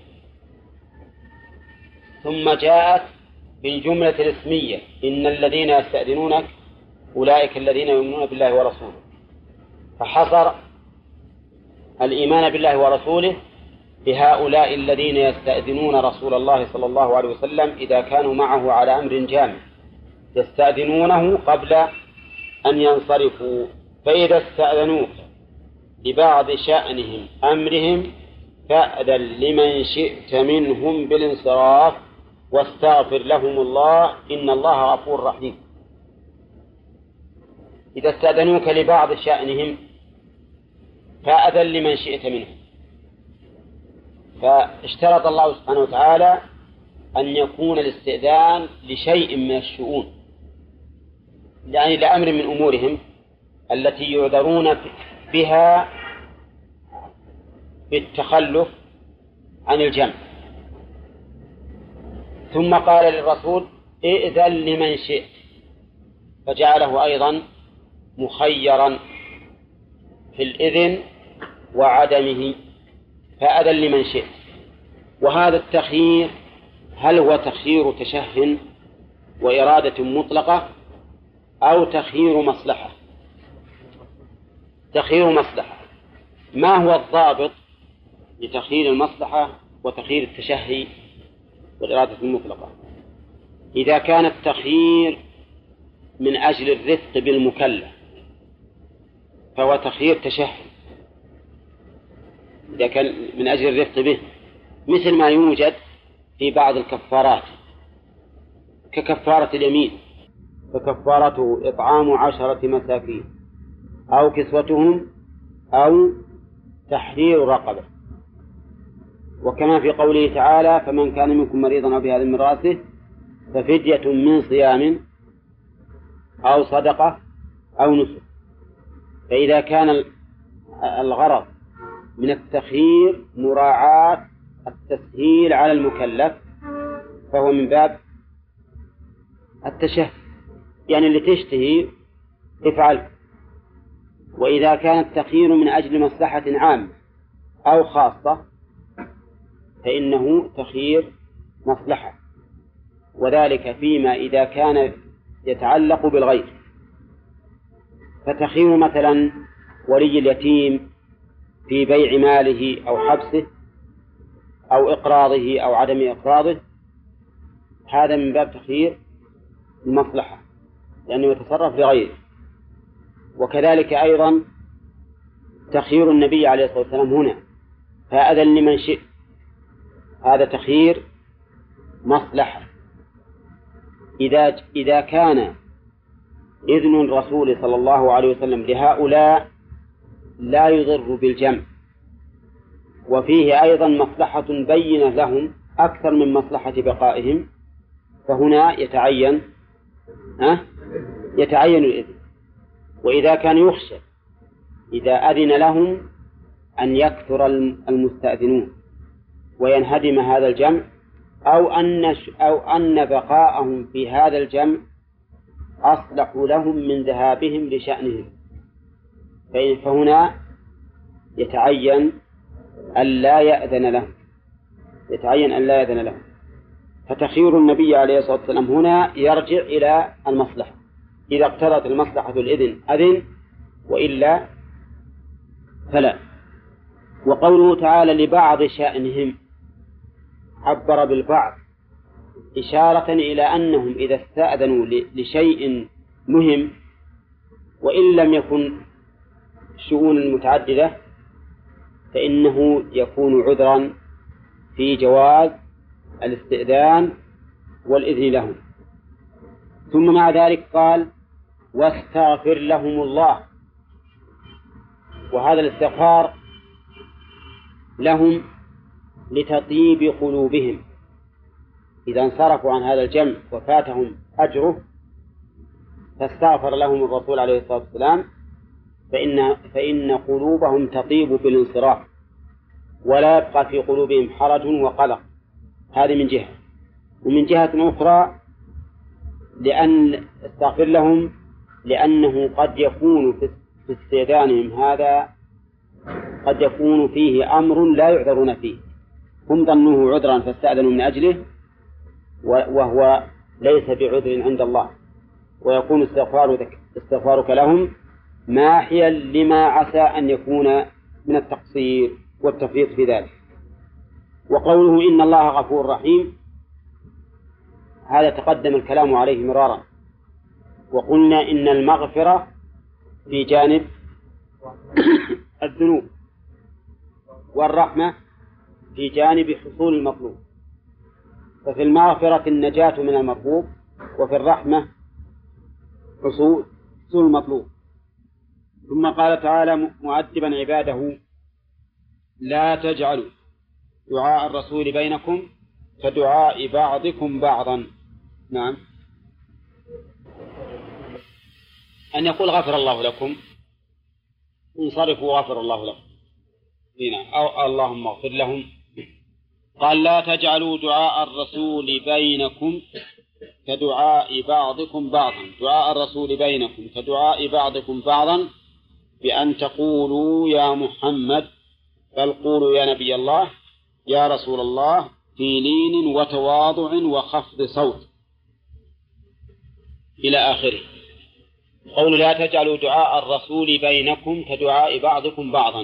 ثم جاءت بالجملة الاسمية إن الذين يستأذنونك أولئك الذين يؤمنون بالله ورسوله، فحصر الإيمان بالله ورسوله بهؤلاء الذين يستأذنون رسول الله صلى الله عليه وسلم إذا كانوا معه على أمر جامع، يستأذنونه قبل أن ينصرفوا. فإذا استأذنوك لبعض شأنهم أمرهم فأذن لمن شئت منهم بالانصراف واستغفر لهم الله إن الله غفور رحيم. إذا استأذنوك لبعض شأنهم فأذن لمن شئت منهم، فاشترط الله سبحانه وتعالى أن يكون الاستئذان لشيء من الشؤون، يعني لأمر من أمورهم التي يعذرون بها بالتخلف عن الجمع. ثم قال للرسول ائذن لمن شئت، فجعله أيضا مخيرا في الإذن وعدمه، فأذن لمن شئت. وهذا التخيير هل هو تخيير تشه وإرادة مطلقة أو تخيير مصلحة؟ تخيير مصلحة. ما هو الضابط لتخيير المصلحة وتخيير التشهي والإرادة المطلقة؟ إذا كان التخيير من أجل الرفق بالمكلف فهو تخيير تشهي، إذا كان من أجل الرفق به، مثل ما يوجد في بعض الكفارات ككفارة اليمين، فكفارته إطعام 10 مساكين أو كسوتهم أو تحرير رقبة. وكما في قوله تعالى فمن كان منكم مريضا أو بهذا من رأسه ففدية من صيام أو صدقة أو نسك. فإذا كان الغرض من التخيير مراعاة التسهيل على المكلف فهو من باب التشهي، يعني اللي تشتهي افعل. وإذا كان التخيير من أجل مصلحة عامة أو خاصة فإنه تخيير مصلحة، وذلك فيما إذا كان يتعلق بالغير. فتخيير مثلا ولي اليتيم في بيع ماله أو حبسه أو إقراضه أو عدم إقراضه هذا من باب تخيير المصلحة لأنه يتصرف لغيره. وكذلك أيضا تخيير النبي عليه الصلاة والسلام هنا فأذن لمن شئ، هذا تخيير مصلحة. إذا كان إذن الرسول صلى الله عليه وسلم لهؤلاء لا يضر بالجمع وفيه أيضا مصلحة بينة لهم أكثر من مصلحة بقائهم فهنا يتعين الإذن. وإذا كان يخشى إذا أذن لهم أن يكثر المستأذنون وينهدم هذا الجمع أو أن بقاءهم في هذا الجمع أصلح لهم من ذهابهم لشأنهم فهنا يتعين أن لا يأذن لهم. فتخيير النبي عليه الصلاة والسلام هنا يرجع إلى المصلحة، إذا اقتضت المصلحة الإذن أذن وإلا فلا. وقوله تعالى لبعض شأنهم عبر بالبعض إشارة إلى أنهم إذا استأذنوا لشيء مهم وإن لم يكن شؤون متعددة فإنه يكون عذرا في جواز الاستئذان والإذن لهم. ثم مع ذلك قال واستغفر لهم الله، وهذا الاستغفار لهم لتطيب قلوبهم إذا انصرفوا عن هذا الجمع وفاتهم أجره فاستغفر لهم الرسول عليه الصلاة والسلام فإن قلوبهم تطيب بالانصراف ولا يبقى في قلوبهم حرج وقلق. هذه من جهة. ومن جهة أخرى لأن استغفر لهم لأنه قد يكون في استئذانهم هذا قد يكون فيه أمر لا يعذرون فيه، هم ظنوه عذرا فاستأذنوا من أجله وهو ليس بعذر عند الله، ويكون استغفارك لهم ماحيا لما عسى أن يكون من التقصير والتفريط في ذلك. وقوله إن الله غفور رحيم هذا تقدم الكلام عليه مرارا، وقلنا إن المغفرة في جانب الذنوب والرحمة في جانب حصول المطلوب، ففي المغفرة النجاة من المطلوب وفي الرحمة حصول المطلوب. ثم قال تعالى مؤدبا عباده لا تجعلوا دعاء الرسول بينكم كدعاء بعضكم بعضا. نعم، أن يقول غفر الله لكم انصرفوا غفر الله لكم أو اللهم اغفر لهم. قال لا تجعلوا دعاء الرسول بينكم كدعاء بعضكم بعضا، دعاء الرسول بينكم كدعاء بعضكم بعضا بأن تقولوا يا محمد، بل قولوا يا نبي الله، يا رسول الله، في لين وتواضع وخفض صوت إلى آخره. قول لا تجعلوا دعاء الرسول بينكم كدعاء بعضكم بعضا،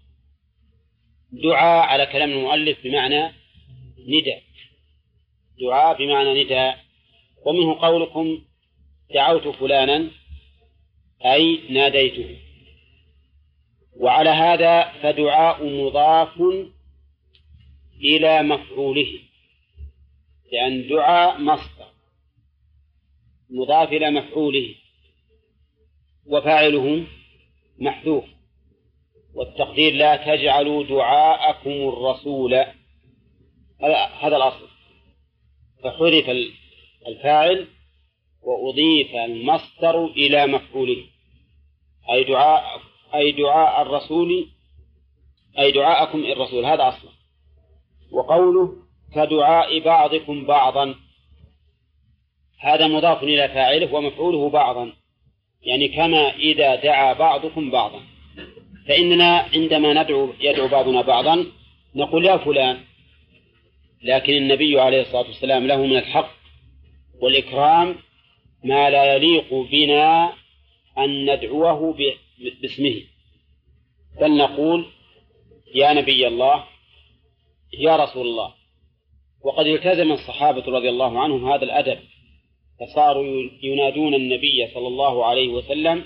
دعاء على كلام المؤلف بمعنى نداء، دعاء بمعنى نداء. ومنه قولكم دعوت فلانا أي ناديته. وعلى هذا فدعاء مضاف إلى مفعوله، لأن دعاء مصدر مضاف إلى مفعوله وفاعله محذوف، والتقدير لا تجعلوا دعاءكم الرسول، هذا الأصل، فحذف الفاعل وأضيف المصدر إلى مفعوله، أي دعاء الرسول، أي دعاءكم الرسول، هذا أصله. وقوله كدعاء بعضكم بعضا، هذا مضاف إلى فاعله ومفعوله بعضا، يعني كما إذا دعا بعضكم بعضا. فإننا عندما يدعو بعضنا بعضا نقول يا فلان، لكن النبي عليه الصلاة والسلام له من الحق والإكرام ما لا يليق بنا أن ندعوه باسمه، بل نقول يا نبي الله، يا رسول الله. وقد التزم الصحابة رضي الله عنهم هذا الأدب، فصاروا ينادون النبي صلى الله عليه وسلم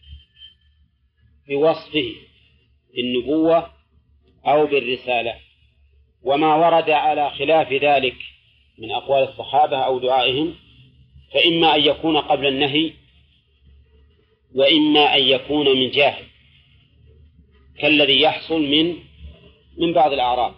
بوصفه بالنبوة أو بالرسالة. وما ورد على خلاف ذلك من أقوال الصحابة أو دعائهم فإما أن يكون قبل النهي، وإما أن يكون من جاهل، كالذي يحصل من بعض الأعراب.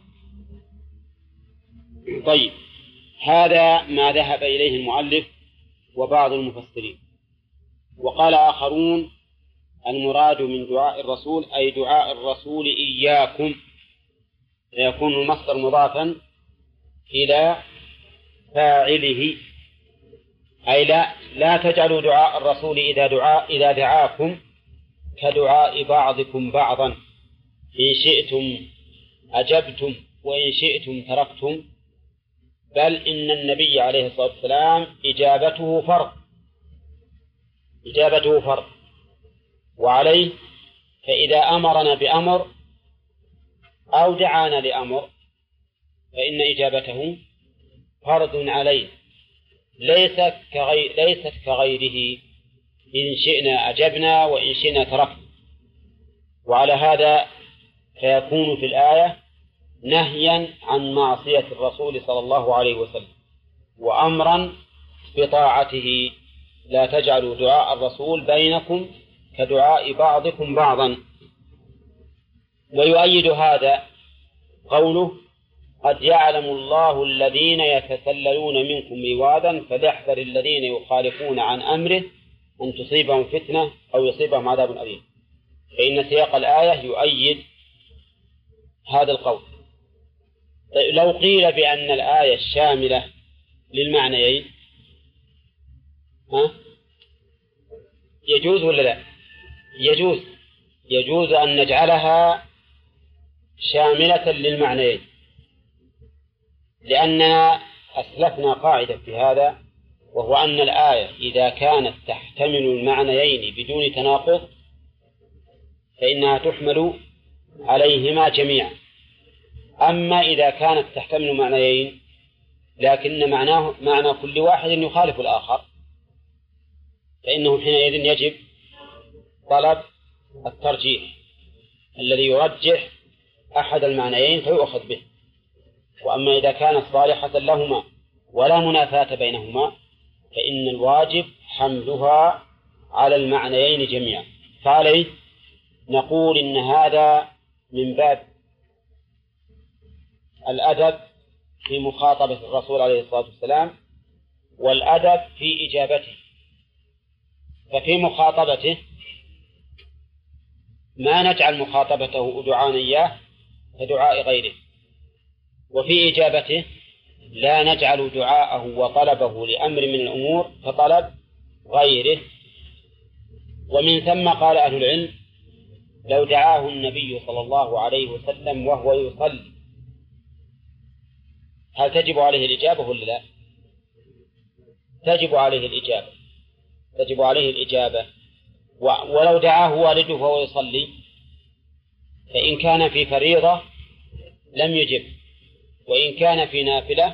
طيب، هذا ما ذهب إليه المؤلف وبعض المفسرين. وقال آخرون المراد من دعاء الرسول أي دعاء الرسول إياكم، فيكون المصدر مضافا إلى فاعله، أي لا تجعلوا دعاء الرسول إذا دعاكم كدعاء بعضكم بعضا، إن شئتم أجبتم وإن شئتم تركتم، بل إن النبي عليه الصلاة والسلام إجابته فرض، وعليه فإذا أمرنا بأمر أو دعانا لأمر فإن إجابته فرض عليه، ليست كغيره، إن شئنا أجبنا وإن شئنا تركنا. وعلى هذا فيكون في الآية نهيا عن معصية الرسول صلى الله عليه وسلم، وأمرا بطاعته، لا تجعلوا دعاء الرسول بينكم كدعاء بعضكم بعضا. ويؤيد هذا قوله قد يعلم الله الذين يتسللون منكم لواذا فليحذر الذين يخالفون عن أمره أن تصيبهم فتنة أو يصيبهم عذاب أليم. فإن سياق الآية يؤيد هذا القول. لو قيل بأن الآية الشاملة للمعنيين يجوز ولا لا؟ يجوز أن نجعلها شاملة للمعنيين، لأننا أسلفنا قاعدة في هذا، وهو أن الآية إذا كانت تحتمل المعنيين بدون تناقض فإنها تحمل عليهما جميعا. أما إذا كانت تحتمل معنيين لكن معنى كل واحد يخالف الآخر فإنه حينئذ يجب طلب الترجيح الذي يرجح أحد المعنيين فيؤخذ به. وأما إذا كانت صالحة لهما ولا منافاة بينهما فإن الواجب حملها على المعنيين جميعا. فعليه نقول إن هذا من باب الأدب في مخاطبة الرسول عليه الصلاة والسلام والأدب في إجابته. ففي مخاطبته ما نجعل مخاطبته دعاء إياه كدعاء غيره، وفي إجابته لا نجعل دعاءه وطلبه لأمر من الأمور كطلب غيره. ومن ثم قال أهل العلم لو دعاه النبي صلى الله عليه وسلم وهو يصلي هل تجب عليه الإجابة ولا لا؟ تجب عليه الإجابة. ولو دعاه والده وهو يصلي فإن كان في فريضة لم يجب، وإن كان في نافلة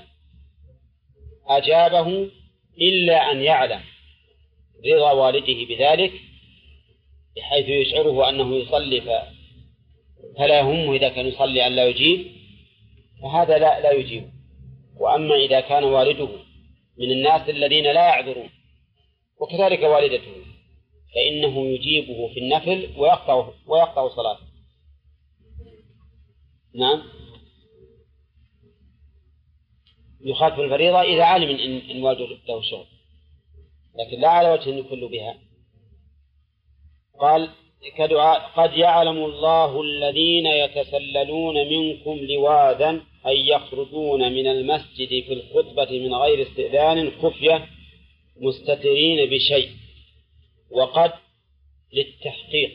أجابه إلا أن يعلم رضا والده بذلك بحيث يشعره أنه يصلي فلا يهمه إذا كان يصلي أن لا يجيب، فهذا لا يجيب. وأما إذا كان والده من الناس الذين لا يعذرون وكذلك والدته فإنه يجيبه في النفل ويقطع صلاته. نعم، يخالف الفريضة إذا علم إن والده له شغل، لكن لا على وجه أن يخل بها. قال كدعاء قد يعلم الله الذين يتسللون منكم لواذا أي يخرجون من المسجد في الخطبة من غير استئذان خفية مستترين بشيء، وقد للتحقيق.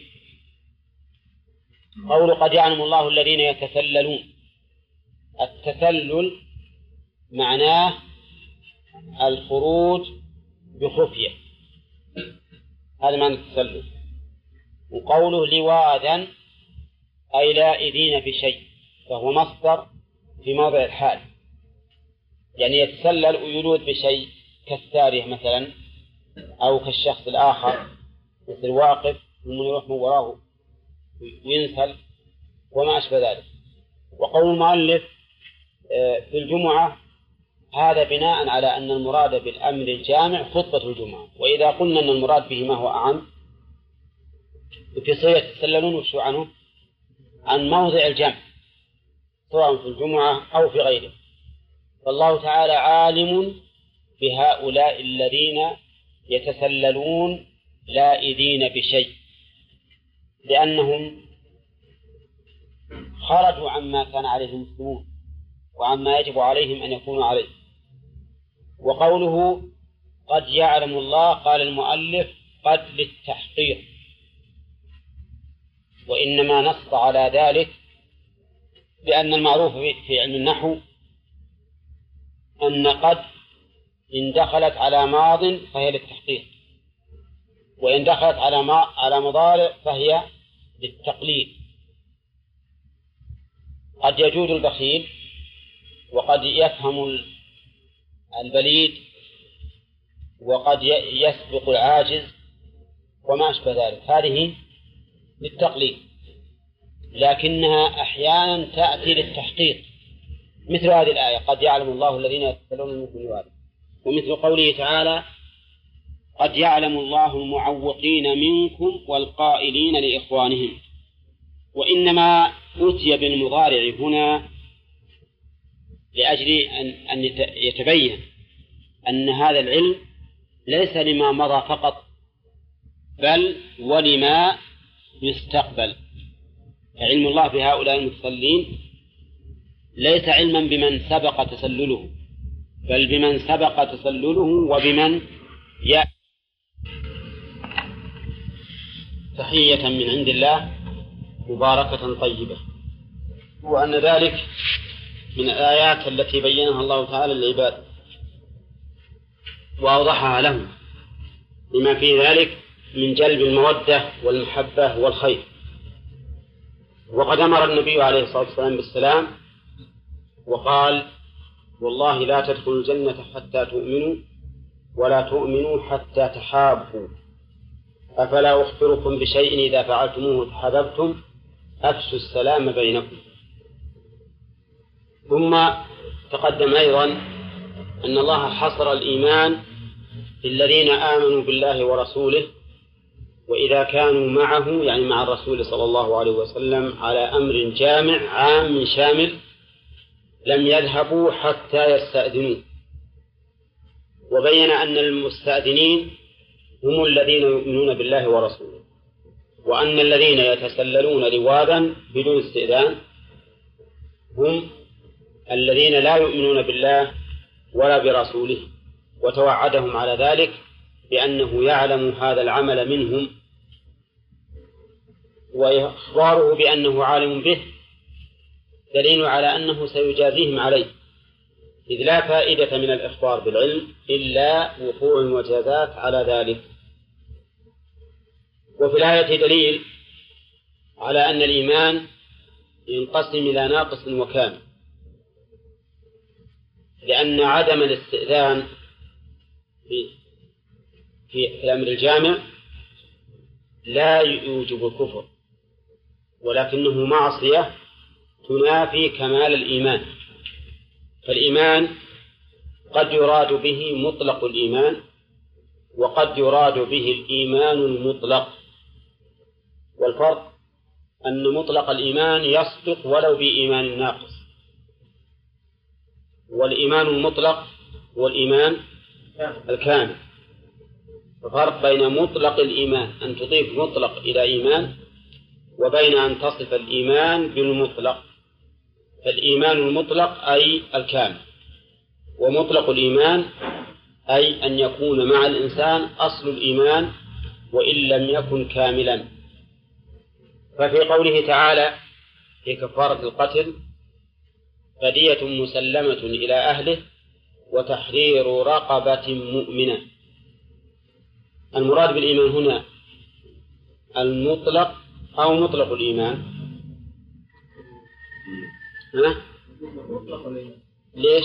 قول قد يعلم الله الذين يتسللون، التسلل معناه الخروج بخفية، هذا معنى التسلل. وقوله لواذا أي لائذين بشيء، فهو مصدر في موضع الحال، يعني يتسلل ويلوذ بشيء كالسارية مثلا، أو كالشخص الآخر مثل واقف ثم يروح من وراه وينسل وما أشبه ذلك. وقول المؤلف في الجمعة هذا بناء على أن المراد بالأمر الجامع خطبة الجمعة، وإذا قلنا أن المراد به ما هو أعم في صيغة يتسللون وشو عنه عن موضع الجمع سواء في الجمعة أو في غيره. فالله تعالى عالم بهؤلاء الذين يتسللون لائذين بشيء، لأنهم خرجوا عما كان عليه المسلمون وعما يجب عليهم أن يكونوا عليه. وقوله قد يعلم الله قال المؤلف قد للتحقيق، وإنما نص على ذلك لأن المعروف في علم النحو أن قد إن دخلت على ماض فهي للتحقيق، وإن دخلت على مضارع فهي للتقليل. قد يجود البخيل، وقد يفهم البليد، وقد يسبق العاجز وما أشبه ذلك، هذه للتقليد، لكنها أحيانا تأتي للتحقيق، مثل هذه الآية قد يعلم الله الذين يتسللون منكم لواذا، ومثل قوله تعالى قد يعلم الله المعوقين منكم والقائلين لإخوانهم. وإنما أتي بالمضارع هنا لأجل أن يتبين أن هذا العلم ليس لما مضى فقط، بل ولما يستقبل. علم الله بهؤلاء المتسلين ليس علما بمن سبق تسلله، بل بمن سبق تسلله وبمن يأتي. تحية من عند الله مباركة طيبة، وأن ذلك من الآيات التي بينها الله تعالى للعباد وأوضحها لهم، لما في ذلك من جلب المودة والمحبة والخير. وقد أمر النبي عليه الصلاة والسلام بالسلام وقال والله لا تدخلوا الجنة حتى تؤمنوا ولا تؤمنوا حتى تحابوا، أفلا أخبركم بشيء إذا فعلتموه تحاببتم، أفشوا السلام بينكم. ثم تقدم أيضا أن الله حصر الإيمان للذين آمنوا بالله ورسوله، وإذا كانوا معه يعني مع الرسول صلى الله عليه وسلم على أمر جامع عام شامل لم يذهبوا حتى يستأذنوا. وبين أن المستأذنين هم الذين يؤمنون بالله ورسوله، وأن الذين يتسللون لواذا بدون استئذان هم الذين لا يؤمنون بالله ولا برسوله، وتوعدهم على ذلك بأنه يعلم هذا العمل منهم، وإخباره بأنه عالم به دليل على أنه سيجازيهم عليه، إذ لا فائدة من الإخبار بالعلم إلا وقوع المجازات على ذلك. وفي الآية دليل على أن الإيمان ينقسم إلى ناقص وكامل، لأن عدم الاستئذان في الأمر الجامع لا يوجب الكفر، ولكنه معصية تنافي كمال الإيمان. فالإيمان قد يراد به مطلق الإيمان، وقد يراد به الإيمان المطلق. والفرق أن مطلق الإيمان يصدق ولو بإيمان ناقص، والإيمان المطلق هو الإيمان الكامل. الفرق بين مطلق الإيمان أن تضيف مطلق إلى إيمان، وبين أن تصف الإيمان بالمطلق. فالإيمان المطلق أي الكامل، ومطلق الإيمان أي أن يكون مع الإنسان أصل الإيمان وإن لم يكن كاملا. ففي قوله تعالى في كفارة القتل: فدية مسلمة إلى أهله وتحرير رقبة مؤمنة، المراد بالإيمان هنا المطلق أو مطلق الإيمان؟ ليش؟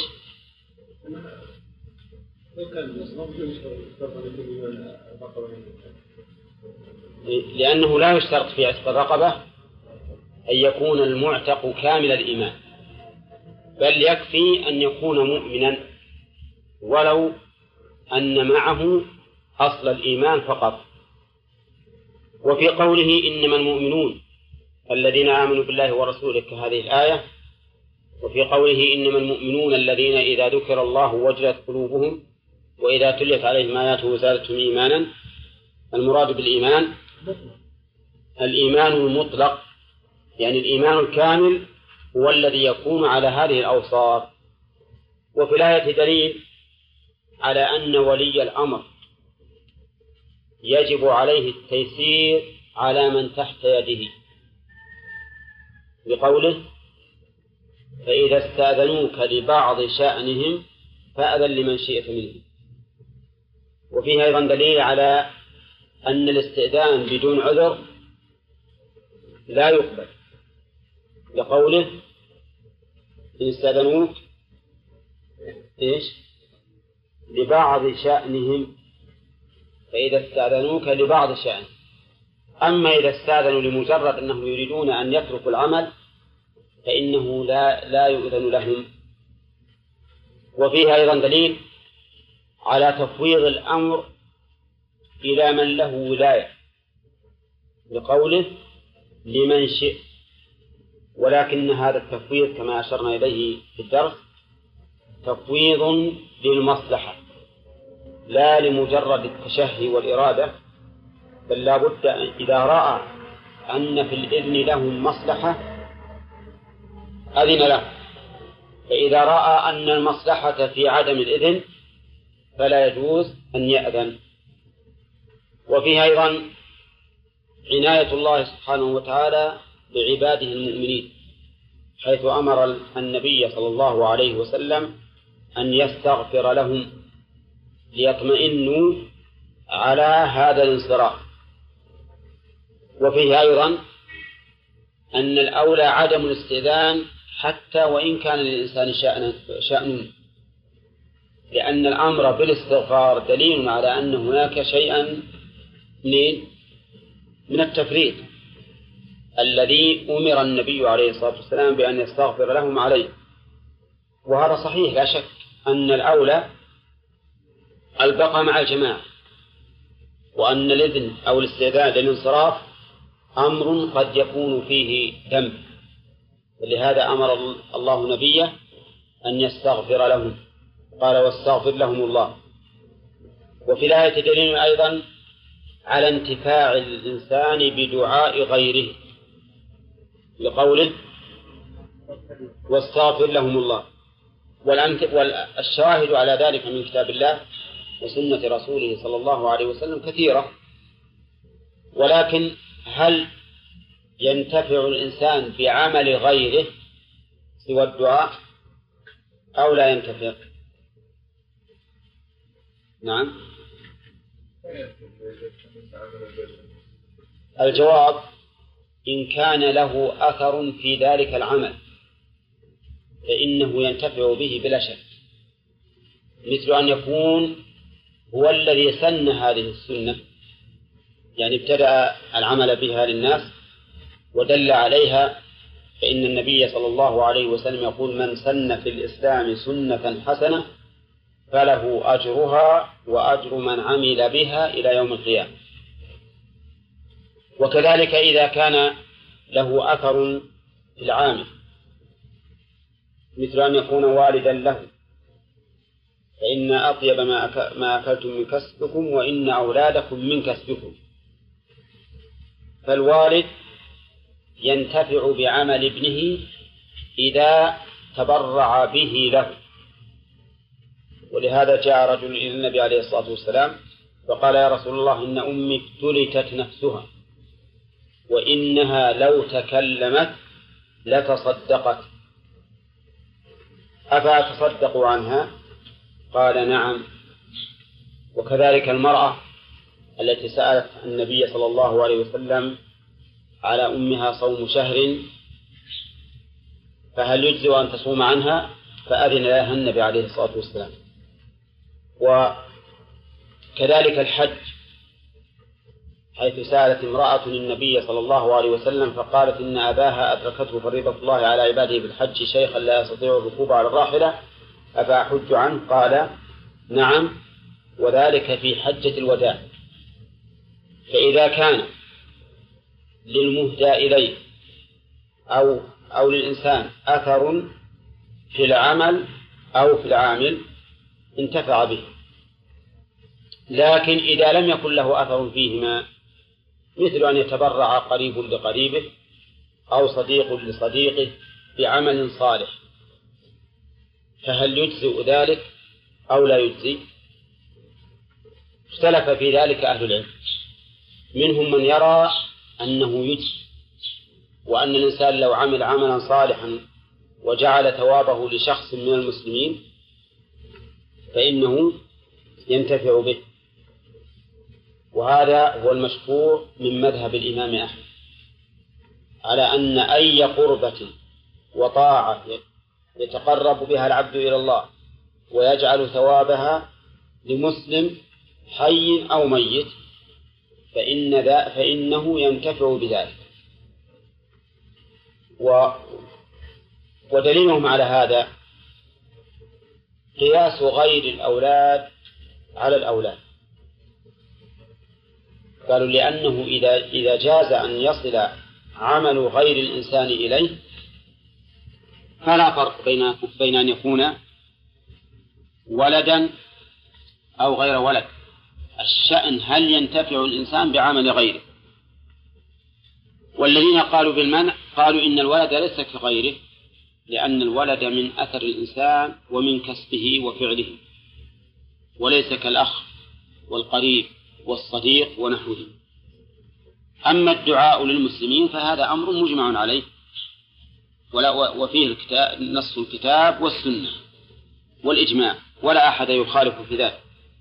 لأنه لا يشترط في عتق الرقبة أن يكون المعتق كامل الإيمان، بل يكفي أن يكون مؤمنا ولو أن معه أصل الإيمان فقط. وفي قوله إنما المؤمنون الذين آمنوا بالله ورسوله كهذه الآية، وفي قوله إنما المؤمنون الذين إذا ذكر الله وجلت قلوبهم وإذا تليت عليهم آياته زادتهم إيمانا، المراد بالإيمان الإيمان المطلق، يعني الإيمان الكامل هو الذي يكون على هذه الأوصاف. وفي الآية دليل على أن ولي الأمر يجب عليه التيسير على من تحت يده، بقوله: فإذا استأذنوك لبعض شأنهم فأذن لمن شئت منهم. وفيه أيضا دليل على أن الاستئذان بدون عذر لا يقبل، لقوله: إن استأذنوك لبعض شأنهم، فإذا استأذنوك لبعض شأن. أما إذا استأذنوا لمجرد أنهم يريدون أن يتركوا العمل فإنه لا يؤذن لهم. وفيها أيضا دليل على تفويض الأمر إلى من له ولاية، لقوله: لمن شئ. ولكن هذا التفويض كما أشرنا إليه في الدرس تفويض للمصلحة لا لمجرد التشهي والإرادة، بل لا بد إذا رأى أن في الإذن لهم مصلحة أذن له، فإذا رأى أن المصلحة في عدم الإذن فلا يجوز أن يأذن. وفيها أيضا عناية الله سبحانه وتعالى بعباده المؤمنين، حيث أمر النبي صلى الله عليه وسلم أن يستغفر لهم ليطمئنوا على هذا الانصراف. وفيه أيضا أن الأولى عدم الاستئذان حتى وإن كان للإنسان شأن، لأن الأمر بالاستغفار دليل على أن هناك شيئا من التفريط الذي أمر النبي عليه الصلاة والسلام بأن يستغفر لهم عليه. وهذا صحيح لا شك أن الأولى البقاء مع الجماعة، وأن الإذن أو الاستئذان للانصراف أمر قد يكون فيه ذنب، ولهذا أمر الله نبيه أن يستغفر لهم، قال: واستغفر لهم الله. وفي الآية دليل أيضا على انتفاع الإنسان بدعاء غيره، لقوله: واستغفر لهم الله. والشاهد على ذلك من كتاب الله وسنة رسوله صلى الله عليه وسلم كثيرة، ولكن هل ينتفع الإنسان بعمل غيره سوى الدعاء أو لا ينتفع؟ نعم، الجواب: إن كان له أثر في ذلك العمل فإنه ينتفع به بلا شك، مثل أن يكون هو الذي سن هذه السنة، يعني ابتدأ العمل بها للناس ودل عليها، فإن النبي صلى الله عليه وسلم يقول: من سن في الإسلام سنة حسنة فله أجرها وأجر من عمل بها إلى يوم القيامة. وكذلك إذا كان له أثر في العامل، مثل أن يكون والدا له، فإن أطيب ما أكلتم من كسبكم وإن أولادكم من كسبكم. فالوالد ينتفع بعمل ابنه إذا تبرع به له. ولهذا جاء رجل إلى النبي عليه الصلاة والسلام فقال: يا رسول الله، إن أمي افتلتت نفسها وإنها لو تكلمت لتصدقت، أفأتصدق عنها؟ قال: نعم. وكذلك المرأة التي سألت النبي صلى الله عليه وسلم على أمها صوم شهر فهل يجزئ أن تصوم عنها؟ فأذن لها النبي عليه الصلاة والسلام. وكذلك الحج، حيث سألت امرأة النبي صلى الله عليه وسلم فقالت: إن أباها أدركته فريضة الله على عباده بالحج شيخا لا يستطيع الركوب على الراحلة أفأحج عنه؟ قال: نعم، وذلك في حجة الوداع. فإذا كان للمهدى إليه أو للإنسان أثر في العمل أو في العامل انتفع به. لكن إذا لم يكن له أثر فيهما، مثل أن يتبرع قريب لقريبه أو صديق لصديقه بعمل صالح، فهل يجزئ ذلك أو لا يجزي؟ اختلف في ذلك أهل العلم، منهم من يرى أنه يجزي، وأن الإنسان لو عمل عملا صالحا وجعل ثوابه لشخص من المسلمين فإنه ينتفع به. وهذا هو المشهور من مذهب الإمام أحمد، على أن أي قربة وطاعة يتقرب بها العبد إلى الله ويجعل ثوابها لمسلم حي أو ميت فإنه ينتفع بذلك. ودليلهم على هذا قياس غير الأولاد على الأولاد. قالوا: لأنه إذا جاز أن يصل عمل غير الإنسان إليه فلا فرق بين أن يكون ولدا أو غير ولد. الشأن هل ينتفع الإنسان بعمل غيره. والذين قالوا بالمنع قالوا إن الولد ليس كغيره، لأن الولد من أثر الإنسان ومن كسبه وفعله، وليس كالأخ والقريب والصديق ونحوه. أما الدعاء للمسلمين فهذا أمر مجمع عليه، وفيه نص الكتاب والسنة والإجماع، ولا أحد يخالف في ذلك.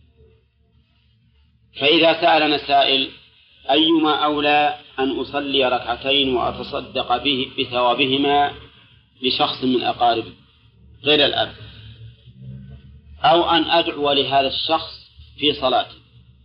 فإذا سألنا سائل: أيما أولى أن أصلي ركعتين وأتصدق بثوابهما لشخص من أقاربي غير الأب، أو أن أدعو لهذا الشخص في صلاتي؟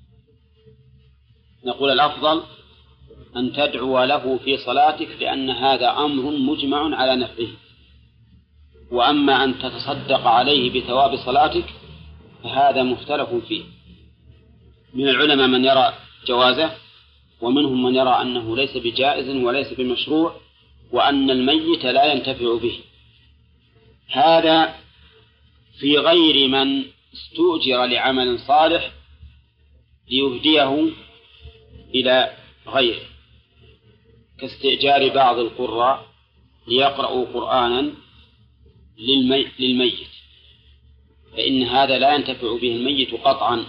نقول: الأفضل أن تدعو له في صلاتك، لأن هذا أمر مجمع على نفعه. وأما أن تتصدق عليه بثواب صلاتك فهذا مختلف فيه. من العلماء من يرى جوازه، ومنهم من يرى أنه ليس بجائز وليس بمشروع، وأن الميت لا ينتفع به. هذا في غير من استؤجر لعمل صالح ليهديه إلى غيره، كاستئجار بعض القراء ليقرأوا قرآنا للميت، فإن هذا لا ينتفع به الميت قطعا،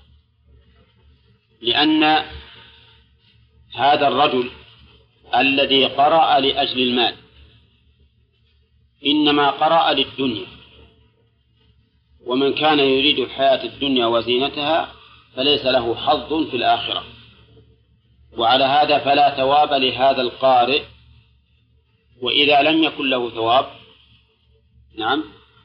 لأن هذا الرجل الذي قرأ لأجل المال إنما قرأ للدنيا، ومن كان يريد الحياة الدنيا وزينتها فليس له حظ في الآخرة. وعلى هذا فلا ثواب لهذا القارئ. وإذا لم يكن له ثواب، نعم،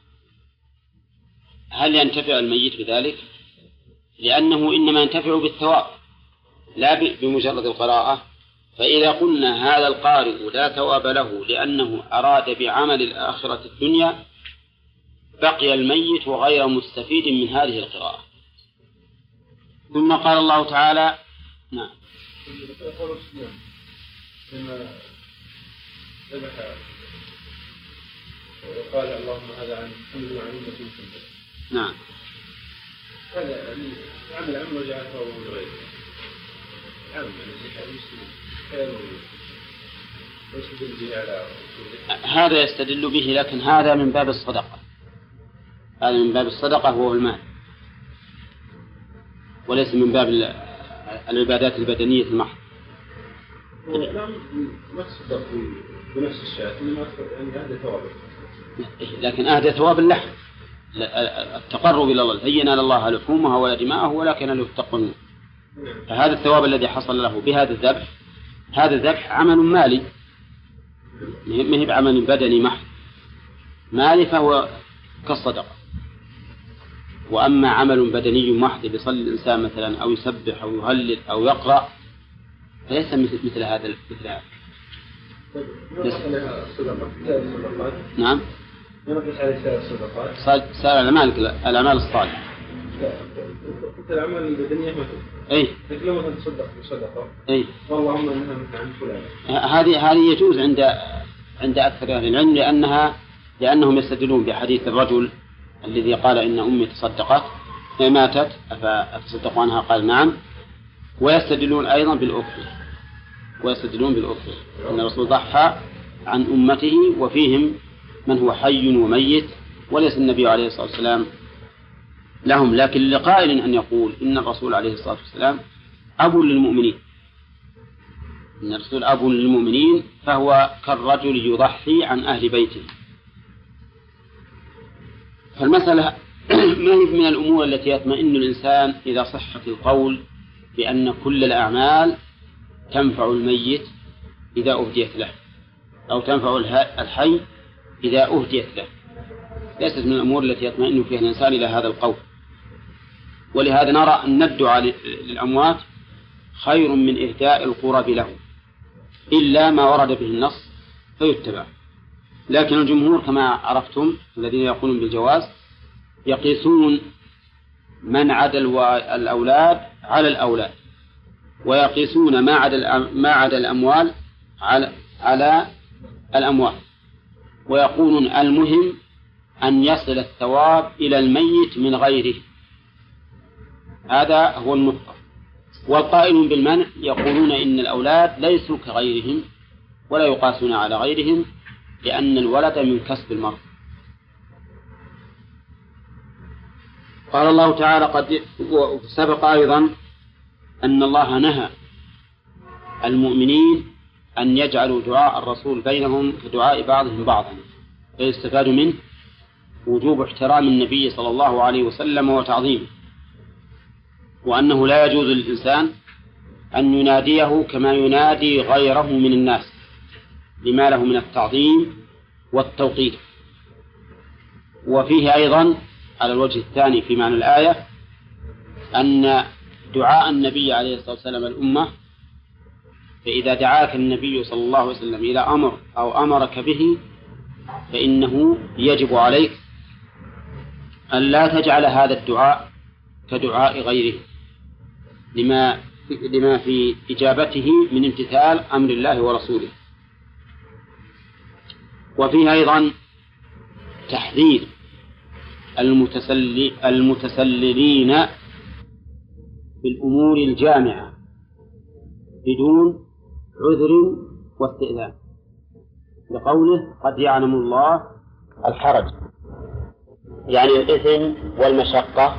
هل ينتفع الميت بذلك؟ لأنه إنما ينتفع بالثواب لا بمجرد القراءة. فإذا قلنا هذا القارئ لا ثواب له لأنه أراد بعمل الآخرة الدنيا، بقي الميت وغير مستفيد من هذه القراءة. ثم قال الله تعالى نعم لما ذبح وقال اللهم هذا عن حمد وعن نعم هذا عمل عمل وجعله من غيره عمل هذا يستدل به، لكن هذا من باب الصدقة، هذا من باب الصدقة وهو المال، وليس من باب العبادات البدنية المحض. ما تصدق بنفس الشاة، إنما أهدى ثواب، لكن أهدى ثواب اللحم، التقرب إلى الله. لن ينال الله لحومها ولا دماءه ولكن له التقوى. فهذا الثواب الذي حصل له بهذا الذبح، هذا الذبح عمل مالي، ما هي بعمل بدني محض، مالي فهو كالصدقة. وأما عمل بدني محض يصلي الإنسان مثلا أو يسبح أو يهلل أو يقرأ فليس مثل هذا. نعم سأل الأعمال الصالحة. الأعمال البدنية أي لكن لو تصدق بصدقة أي والله أنها عن فلان، هذه يجوز عند أكثر أهل العلم، لأنهم يستدلون بحديث الرجل الذي قال إن أمي تصدقت ماتت أفتصدق عنها، قال نعم. ويستدلون أيضا بالأضحية، أن الرسول ضحى عن أمته وفيهم من هو حي وميت، وليس النبي عليه الصلاة والسلام لهم. لكن لقائل أن يقول إن الرسول عليه الصلاة والسلام أب للمؤمنين، إن الرسول أب للمؤمنين، فهو كالرجل يضحي عن أهل بيته. فالمسألة ما هي من الأمور التي يطمئن الإنسان إذا صحت القول بأن كل الأعمال تنفع الميت إذا أهديت له، أو تنفع الحي إذا أهديت له. ليست من الأمور التي يطمئن فيها الإنسان إلى هذا القول. ولهذا نرى أن الدعاء للأموات خير من إهداء القرب له، إلا ما ورد به النص فيتبع. لكن الجمهور كما عرفتم الذين يقولون بالجواز يقيسون من عدا الأولاد على الأولاد، ويقيسون ما عدا الأموال على الأموال، ويقولون المهم أن يصل الثواب إلى الميت من غيره. هذا هو النقطة. والقائلون بالمنع يقولون إن الأولاد ليسوا كغيرهم ولا يقاسون على غيرهم، لأن الولد من كسب المرء. قال الله تعالى قد سبق أيضا أن الله نهى المؤمنين أن يجعلوا دعاء الرسول بينهم كدعاء بعضهم بعضا، فيستفاد منه وجوب احترام النبي صلى الله عليه وسلم وتعظيمه، وأنه لا يجوز للإنسان أن يناديه كما ينادي غيره من الناس لما له من التعظيم والتوقير. وفيه أيضا على الوجه الثاني في معنى الآية أن دعاء النبي عليه الصلاة والسلام الأمة، فإذا دعاك النبي صلى الله عليه وسلم إلى أمر أو أمرك به فإنه يجب عليك أن لا تجعل هذا الدعاء كدعاء غيره لما في إجابته من امتثال أمر الله ورسوله. وفيه أيضا تحذير المتسللين بالأمور الجامعة بدون عذر واستئذان، لقوله قد يعلم الله الحرج، يعني الإثم والمشقة.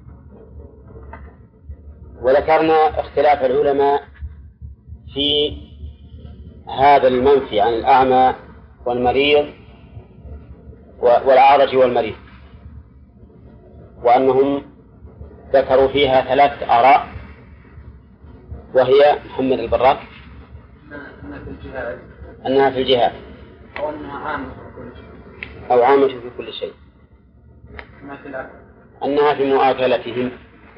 وذكرنا اختلاف العلماء في هذا المنفي عن الأعمى والمريض والأعرج والمريض، وأنهم ذكروا فيها 3 آراء، وهي محمد البراك أنها في الجهاد أو عامة في كل شيء، أنها في مؤاكلتهم،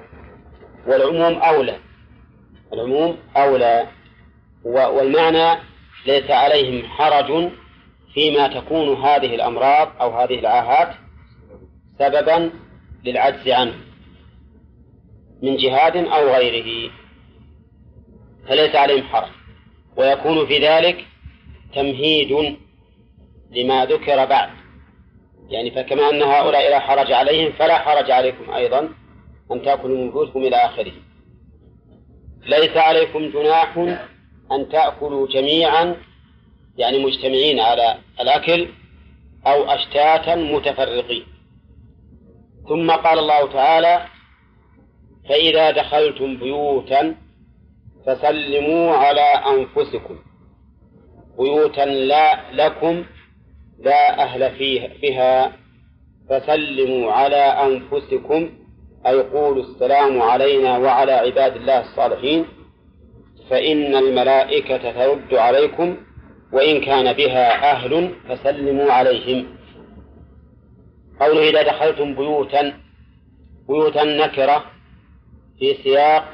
والعموم أولى، والمعنى ليس عليهم حرج فيما تكون هذه الأمراض أو هذه العاهات سببا للعجز عنه من جهاد أو غيره فليس عليهم حرج، ويكون في ذلك تمهيد لما ذكر بعد، يعني فكما أن هؤلاء لا حرج عليهم فلا حرج عليكم أيضا أن تأكلوا من بيوتكم إلى آخره. ليس عليكم جناح أن تأكلوا جميعا يعني مجتمعين على الأكل أو أشتاتا متفرقين. ثم قال الله تعالى: فإذا دخلتم بيوتا فسلموا على أنفسكم، بيوتا لا لكم لا أهل بها، فسلموا على أنفسكم أي قولوا السلام علينا وعلى عباد الله الصالحين، فإن الملائكة ترد عليكم وإن كان بها أهل فسلموا عليهم. قوله إذا دخلتم بيوتا، بيوتا نكرة في سياق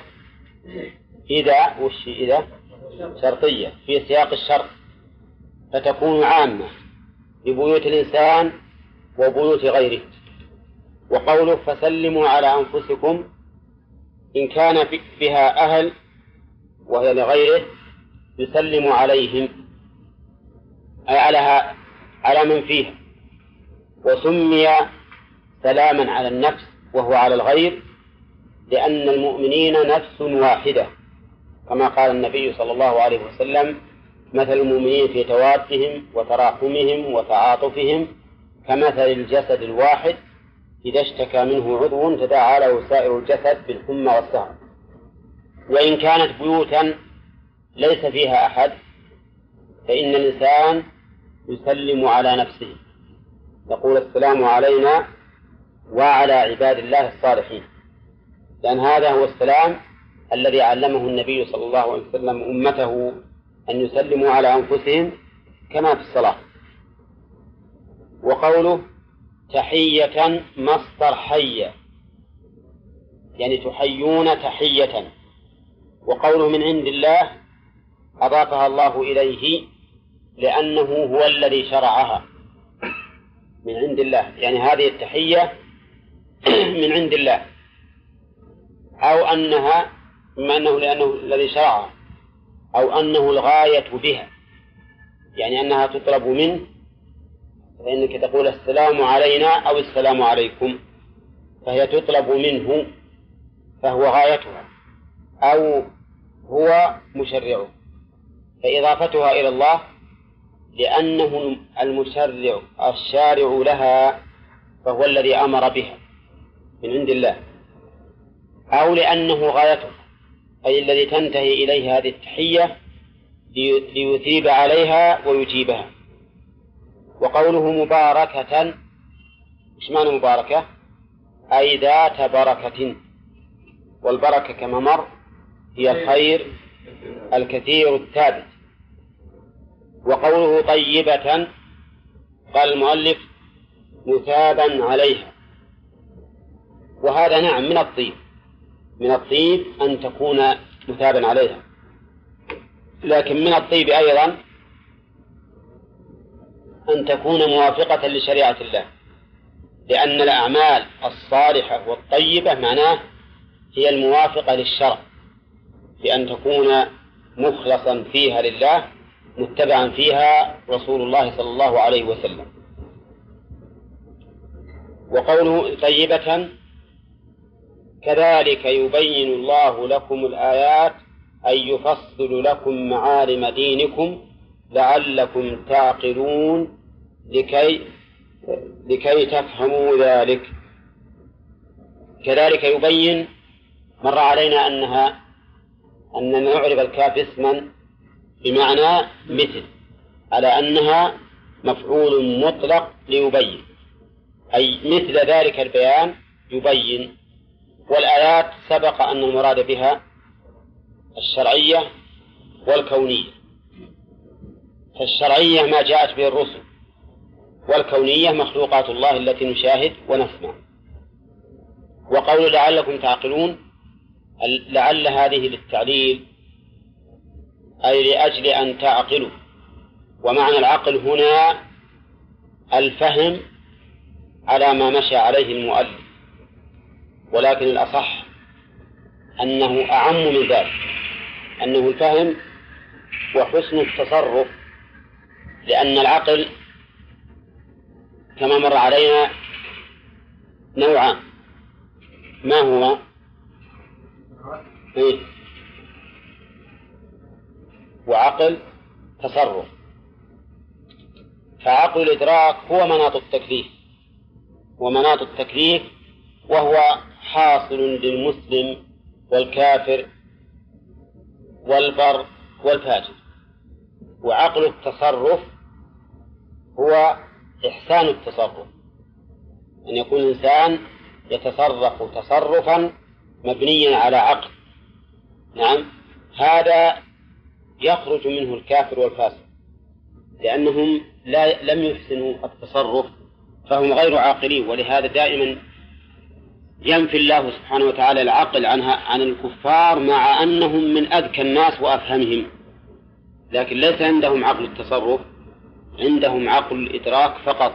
إذا شرطية في سياق الشرط، فتكون عامة لبيوت الإنسان وبيوت غيره. وقوله فسلموا على أنفسكم إن كان بها أهل وهي لغيره يسلم عليهم أي على من فيها. وسمي سلاما على النفس وهو على الغير لأن المؤمنين نفس واحدة، كما قال النبي صلى الله عليه وسلم: مثل المؤمنين في توادهم وتراحمهم وتعاطفهم كمثل الجسد الواحد إذا اشتكى منه عضو تداعى له سائر الجسد بالحمى والسهر. وإن كانت بيوتا ليس فيها أحد فإن الإنسان يسلم على نفسه، يقول السلام علينا وعلى عباد الله الصالحين، لأن هذا هو السلام الذي علمه النبي صلى الله عليه وسلم أمته أن يسلموا على أنفسهم كما في الصلاة. وقوله تحية مصدر حية يعني تحيون تحية. وقوله من عند الله أضافها الله إليه لأنه هو الذي شرعها، من عند الله يعني هذه التحية من عند الله، أو أنها بما أنه لأنه الذي شرعها، أو أنه الغاية بها يعني أنها تطلب منه، فإنك تقول السلام علينا أو السلام عليكم، فهي تطلب منه فهو غايتها أو هو مشرعه، فإضافتها إلى الله لأنه المشرع الشارع لها فهو الذي أمر بها من عند الله، أو لأنه غايته أي الذي تنتهي إليه هذه التحية ليثيب عليها ويجيبها. وقوله مباركة، إيش معنى مباركة؟ أي ذات بركة، والبركة كما مر هي الخير الكثير الثابت. وقوله طيبة قال المؤلف مثابا عليها، وهذا نعم من الطيب، من الطيب أن تكون مثابا عليها، لكن من الطيب أيضا أن تكون موافقة لشريعة الله، لأن الأعمال الصالحة والطيبة معناه هي الموافقة للشرع، بأن تكون مخلصا فيها لله متبعا فيها رسول الله صلى الله عليه وسلم. وقوله طيبة كذلك يبين الله لكم الآيات أي يفصل لكم معالم دينكم لعلكم تعقلون لكي تفهموا ذلك. كذلك يبين مر علينا أننا نعرب الكاف اسما بمعنى مثل على أنها مفعول مطلق ليبين، أي مثل ذلك البيان يبين. والآيات سبق أن المراد بها الشرعية والكونية، فالشرعية ما جاءت به الرسل، والكونية مخلوقات الله التي نشاهد ونسمع. وقول لعلكم تعقلون لعل هذه للتعليل أي لأجل أن تعقلوا، ومعنى العقل هنا الفهم على ما مشى عليه المؤلف، ولكن الأصح أنه أعم من ذلك، أنه الفهم وحسن التصرف، لأن العقل كما مر علينا نوعان. ما هو؟ وعقل تصرف. فعقل الإدراك هو مناط التكليف، ومناط التكليف وهو حاصل للمسلم والكافر والبر والفاجر. وعقل التصرف هو إحسان التصرف، أن يكون الإنسان يتصرف تصرفا مبنيا على عقل. نعم، هذا يخرج منه الكافر والفاسق، لأنهم لم يحسنوا التصرف فهم غير عاقلين. ولهذا دائما ينفي الله سبحانه وتعالى العقل عن الكفار، مع أنهم من أذكى الناس وأفهمهم، لكن ليس عندهم عقل التصرف، عندهم عقل الإدراك فقط.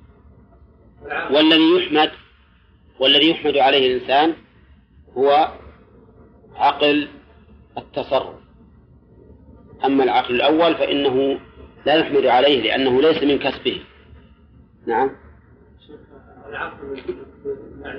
والذي يحمد عليه الإنسان هو عقل التصرف. أما العقل الأول فإنه لا يحمد عليه لأنه ليس من كسبه. نعم. العقل يعني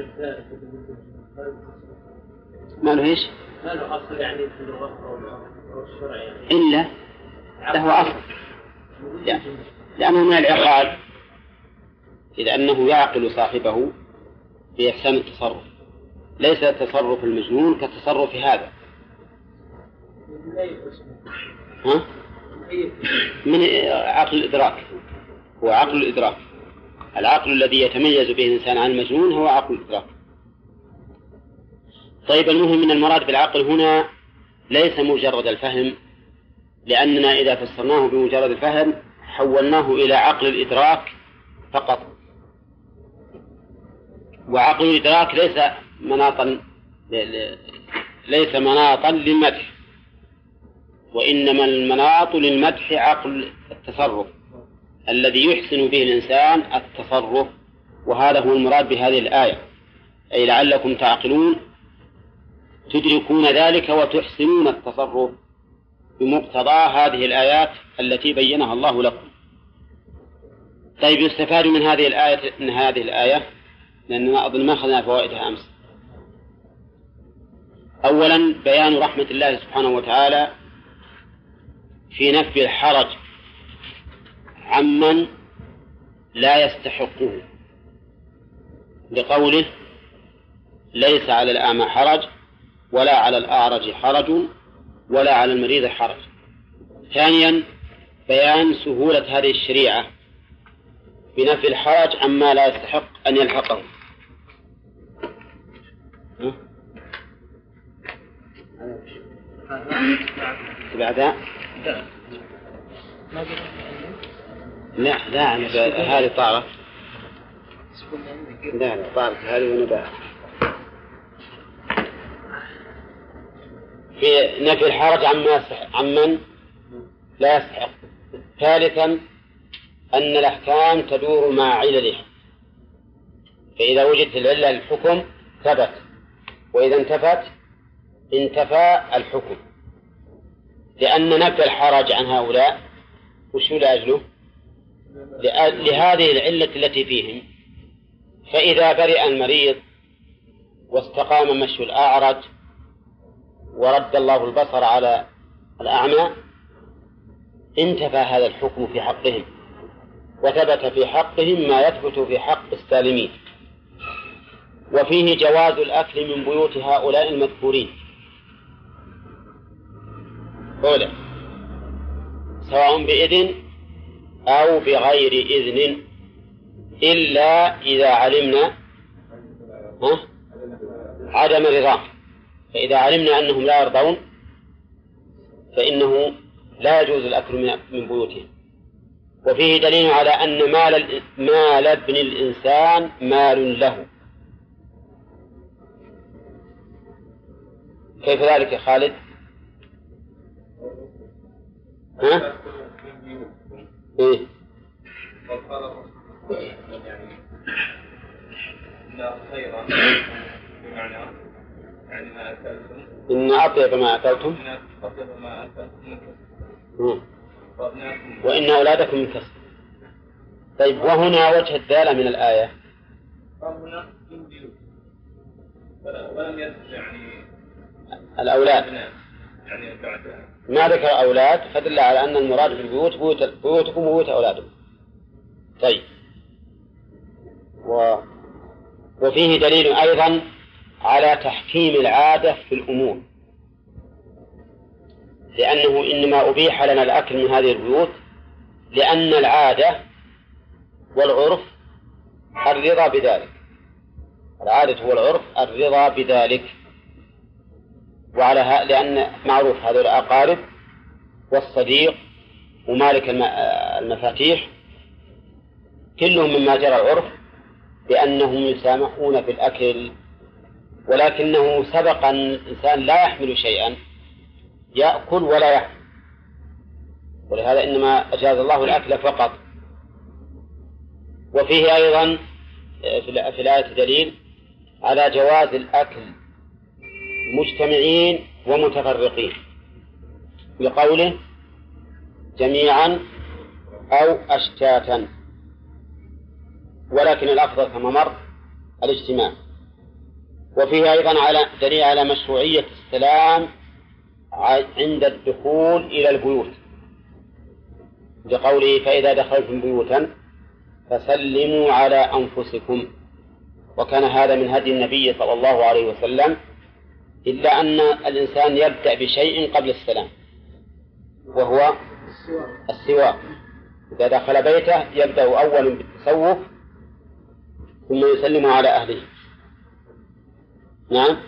ما له إيش؟ ما له أصل يعني في اللغة أو الشرع يعني. إلا له أصل، لأنه من العقاد، إذ أنه يعقل صاحبه بإحسان التصرف، ليس تصرف المجنون كتصرف هذا. ها؟ من عقل الإدراك، هو عقل الإدراك. العقل الذي يتميز به الإنسان عن المجنون هو عقل الإدراك. طيب، المهم من المراد بالعقل هنا ليس مجرد الفهم، لأننا إذا فسرناه بمجرد الفهم حولناه إلى عقل الإدراك فقط. وعقل الإدراك ليس مناطا للمدح، وإنما المناط للمدح عقل التصرف الذي يحسن به الإنسان التصرف. وهذا هو المراد بهذه الآية، أي لعلكم تعقلون تدركون ذلك وتحسنون التصرف بمقتضى هذه الآيات التي بينها الله لكم. طيب، يستفاد من هذه الآية لأننا أظن ما أخذنا فوائدها أمس. أولا، بيان رحمة الله سبحانه وتعالى في نفي الحرج عمن لا يستحقه، لقوله ليس على الأعمى حرج ولا على الأعرج حرج ولا على المريض حرج. ثانيا، بيان سهولة هذه الشريعة بنفي الحرج عما لا يستحق أن يلحقه. بعدها لا هذه طارة، لا طارة هذه ونباع في نفي الحرج عمن لا يستحق. ثالثا، أن الأحكام تدور مع عللها، فإذا وجدت العلة للحكم ثبت، وإذا انتفى الحكم، لأن نفي الحرج عن هؤلاء وشو لأجله؟ لهذه العلة التي فيهم. فإذا برئ المريض واستقام مشي الأعرج ورد الله البصر على الأعمى انتفى هذا الحكم في حقهم، وثبت في حقهم ما يثبت في حق السالمين. وفيه جواز الأكل من بيوت هؤلاء المذكورين أولا، سواء بإذن أو بغير إذن، إلا إذا علمنا عدم رضاه. فإذا علمنا أنهم لا يرضون فإنه لا يجوز الأكل من بيوتهم. وفيه دليل على أن مال ابن الإنسان مال له. كيف ذلك يا خالد؟ إيه؟ خيرا بمعنى يعني ما أكلتم إن أطيب ما أكلتم وإن أولادكم من كسب. طيب وهنا وجه الدالة من الآية هنا ولم يذكر يعني الأولاد يعني ما ذكر أولاد فدل على أن المراد في البيوت بيوتكم وبيوت أولادكم. طيب وفيه دليل أيضا على تحكيم العادة في الأمور، لأنه إنما أبيح لنا الأكل من هذه البيوت لأن العادة والعرف الرضا بذلك، العادة والعرف الرضا بذلك. وعلى لأن معروف هذول الأقارب والصديق ومالك المفاتيح كلهم مما جرى العرف بأنهم يسامحون في الأكل، ولكنه سبق أن الإنسان لا يحمل شيئا يأكل ولا يحمل، ولهذا إنما أجاز الله الأكل فقط. وفيه أيضا في الآية دليل على جواز الأكل مجتمعين ومتفرقين بقوله جميعا أو أشتاتا، ولكن الأفضل كما مر الاجتماع. وفيه أيضا على دليل على مشروعية السلام عند الدخول إلى البيوت بقوله فإذا دخلتم بيوتا فسلموا على أنفسكم. وكان هذا من هدي النبي صلى الله عليه وسلم، إلا أن الإنسان يبدأ بشيء قبل السلام وهو السواك. إذا دخل بيته يبدأ أولا بالتسوق ثم يسلم على أهله. نعم.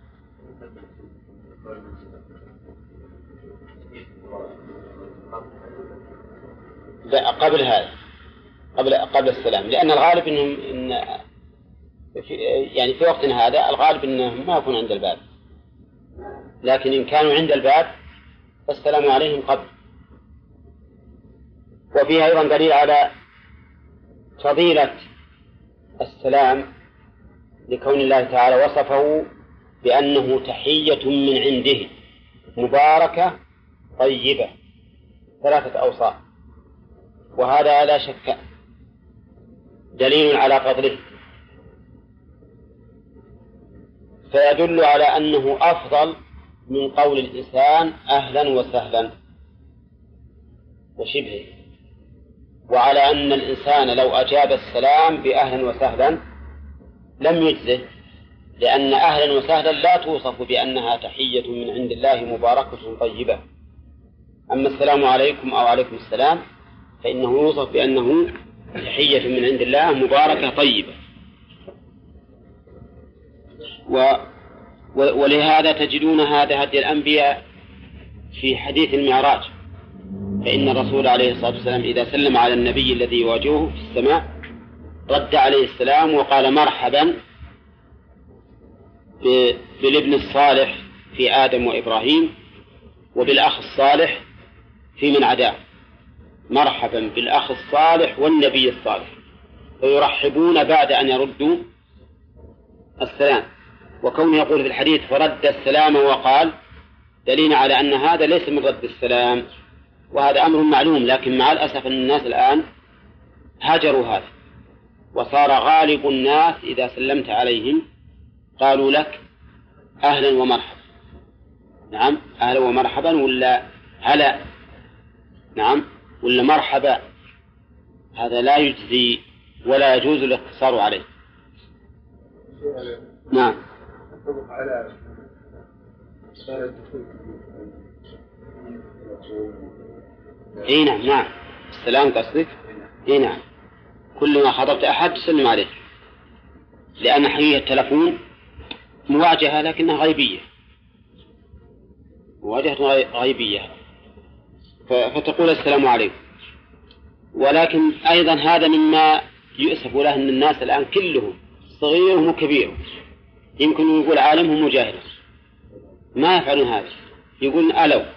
قبل هذا قبل السلام، لأن الغالب إنهم يعني في وقتنا هذا الغالب إنهم ما يكون عند الباب، لكن إن كانوا عند الباب فالسلام عليهم قبل. وفيها أيضا دليل على فضيلة السلام لكون الله تعالى وصفه بأنه تحية من عنده مباركة طيبة، 3 أوصاف، وهذا لا شك دليل على فضله، فيدل على أنه أفضل من قول الإنسان أهلا وسهلا وشبهه، وعلى أن الإنسان لو أجاب السلام بأهلا وسهلا لم يجزه، لأن أهلا وسهلا لا توصف بأنها تحية من عند الله مباركة طيبة. أما السلام عليكم أو عليكم السلام فإنه يوصف بأنه تحية من عند الله مباركة طيبة. ولهذا تجدون هذا هدي الأنبياء في حديث المعراج، فإن الرسول عليه الصلاة والسلام إذا سلم على النبي الذي يواجهه في السماء رد عليه السلام وقال مرحبا بالابن الصالح في آدم وإبراهيم وبالأخ الصالح في من عداه، مرحبا بالأخ الصالح والنبي الصالح، فيرحبون بعد أن يردوا السلام. وكونه يقول في الحديث فرد السلام وقال دليل على أن هذا ليس من رد السلام، وهذا أمر معلوم، لكن مع الأسف أن الناس الآن هاجروا هذا، وصار غالب الناس إذا سلمت عليهم قالوا لك أهلا ومرحبا. نعم، أهلا ومرحبا ولا هلا، نعم، ولا مرحبا، هذا لا يجزي ولا يجوز الاقتصار عليه. نعم. اي نعم، نعم، السلام قصدك؟ اي نعم، كل ما خطبت أحد تسلم عليه، لأن حقيقة التلفون مواجهة لكنها غيبية، مواجهة غيبية، فتقول السلام عليكم. ولكن أيضا هذا مما يؤسف له أن الناس الآن كلهم صغيرهم وكبيرهم، يمكن يقول عالمهم وجاهلهم، ما يفعلون هذا، يقولون ألو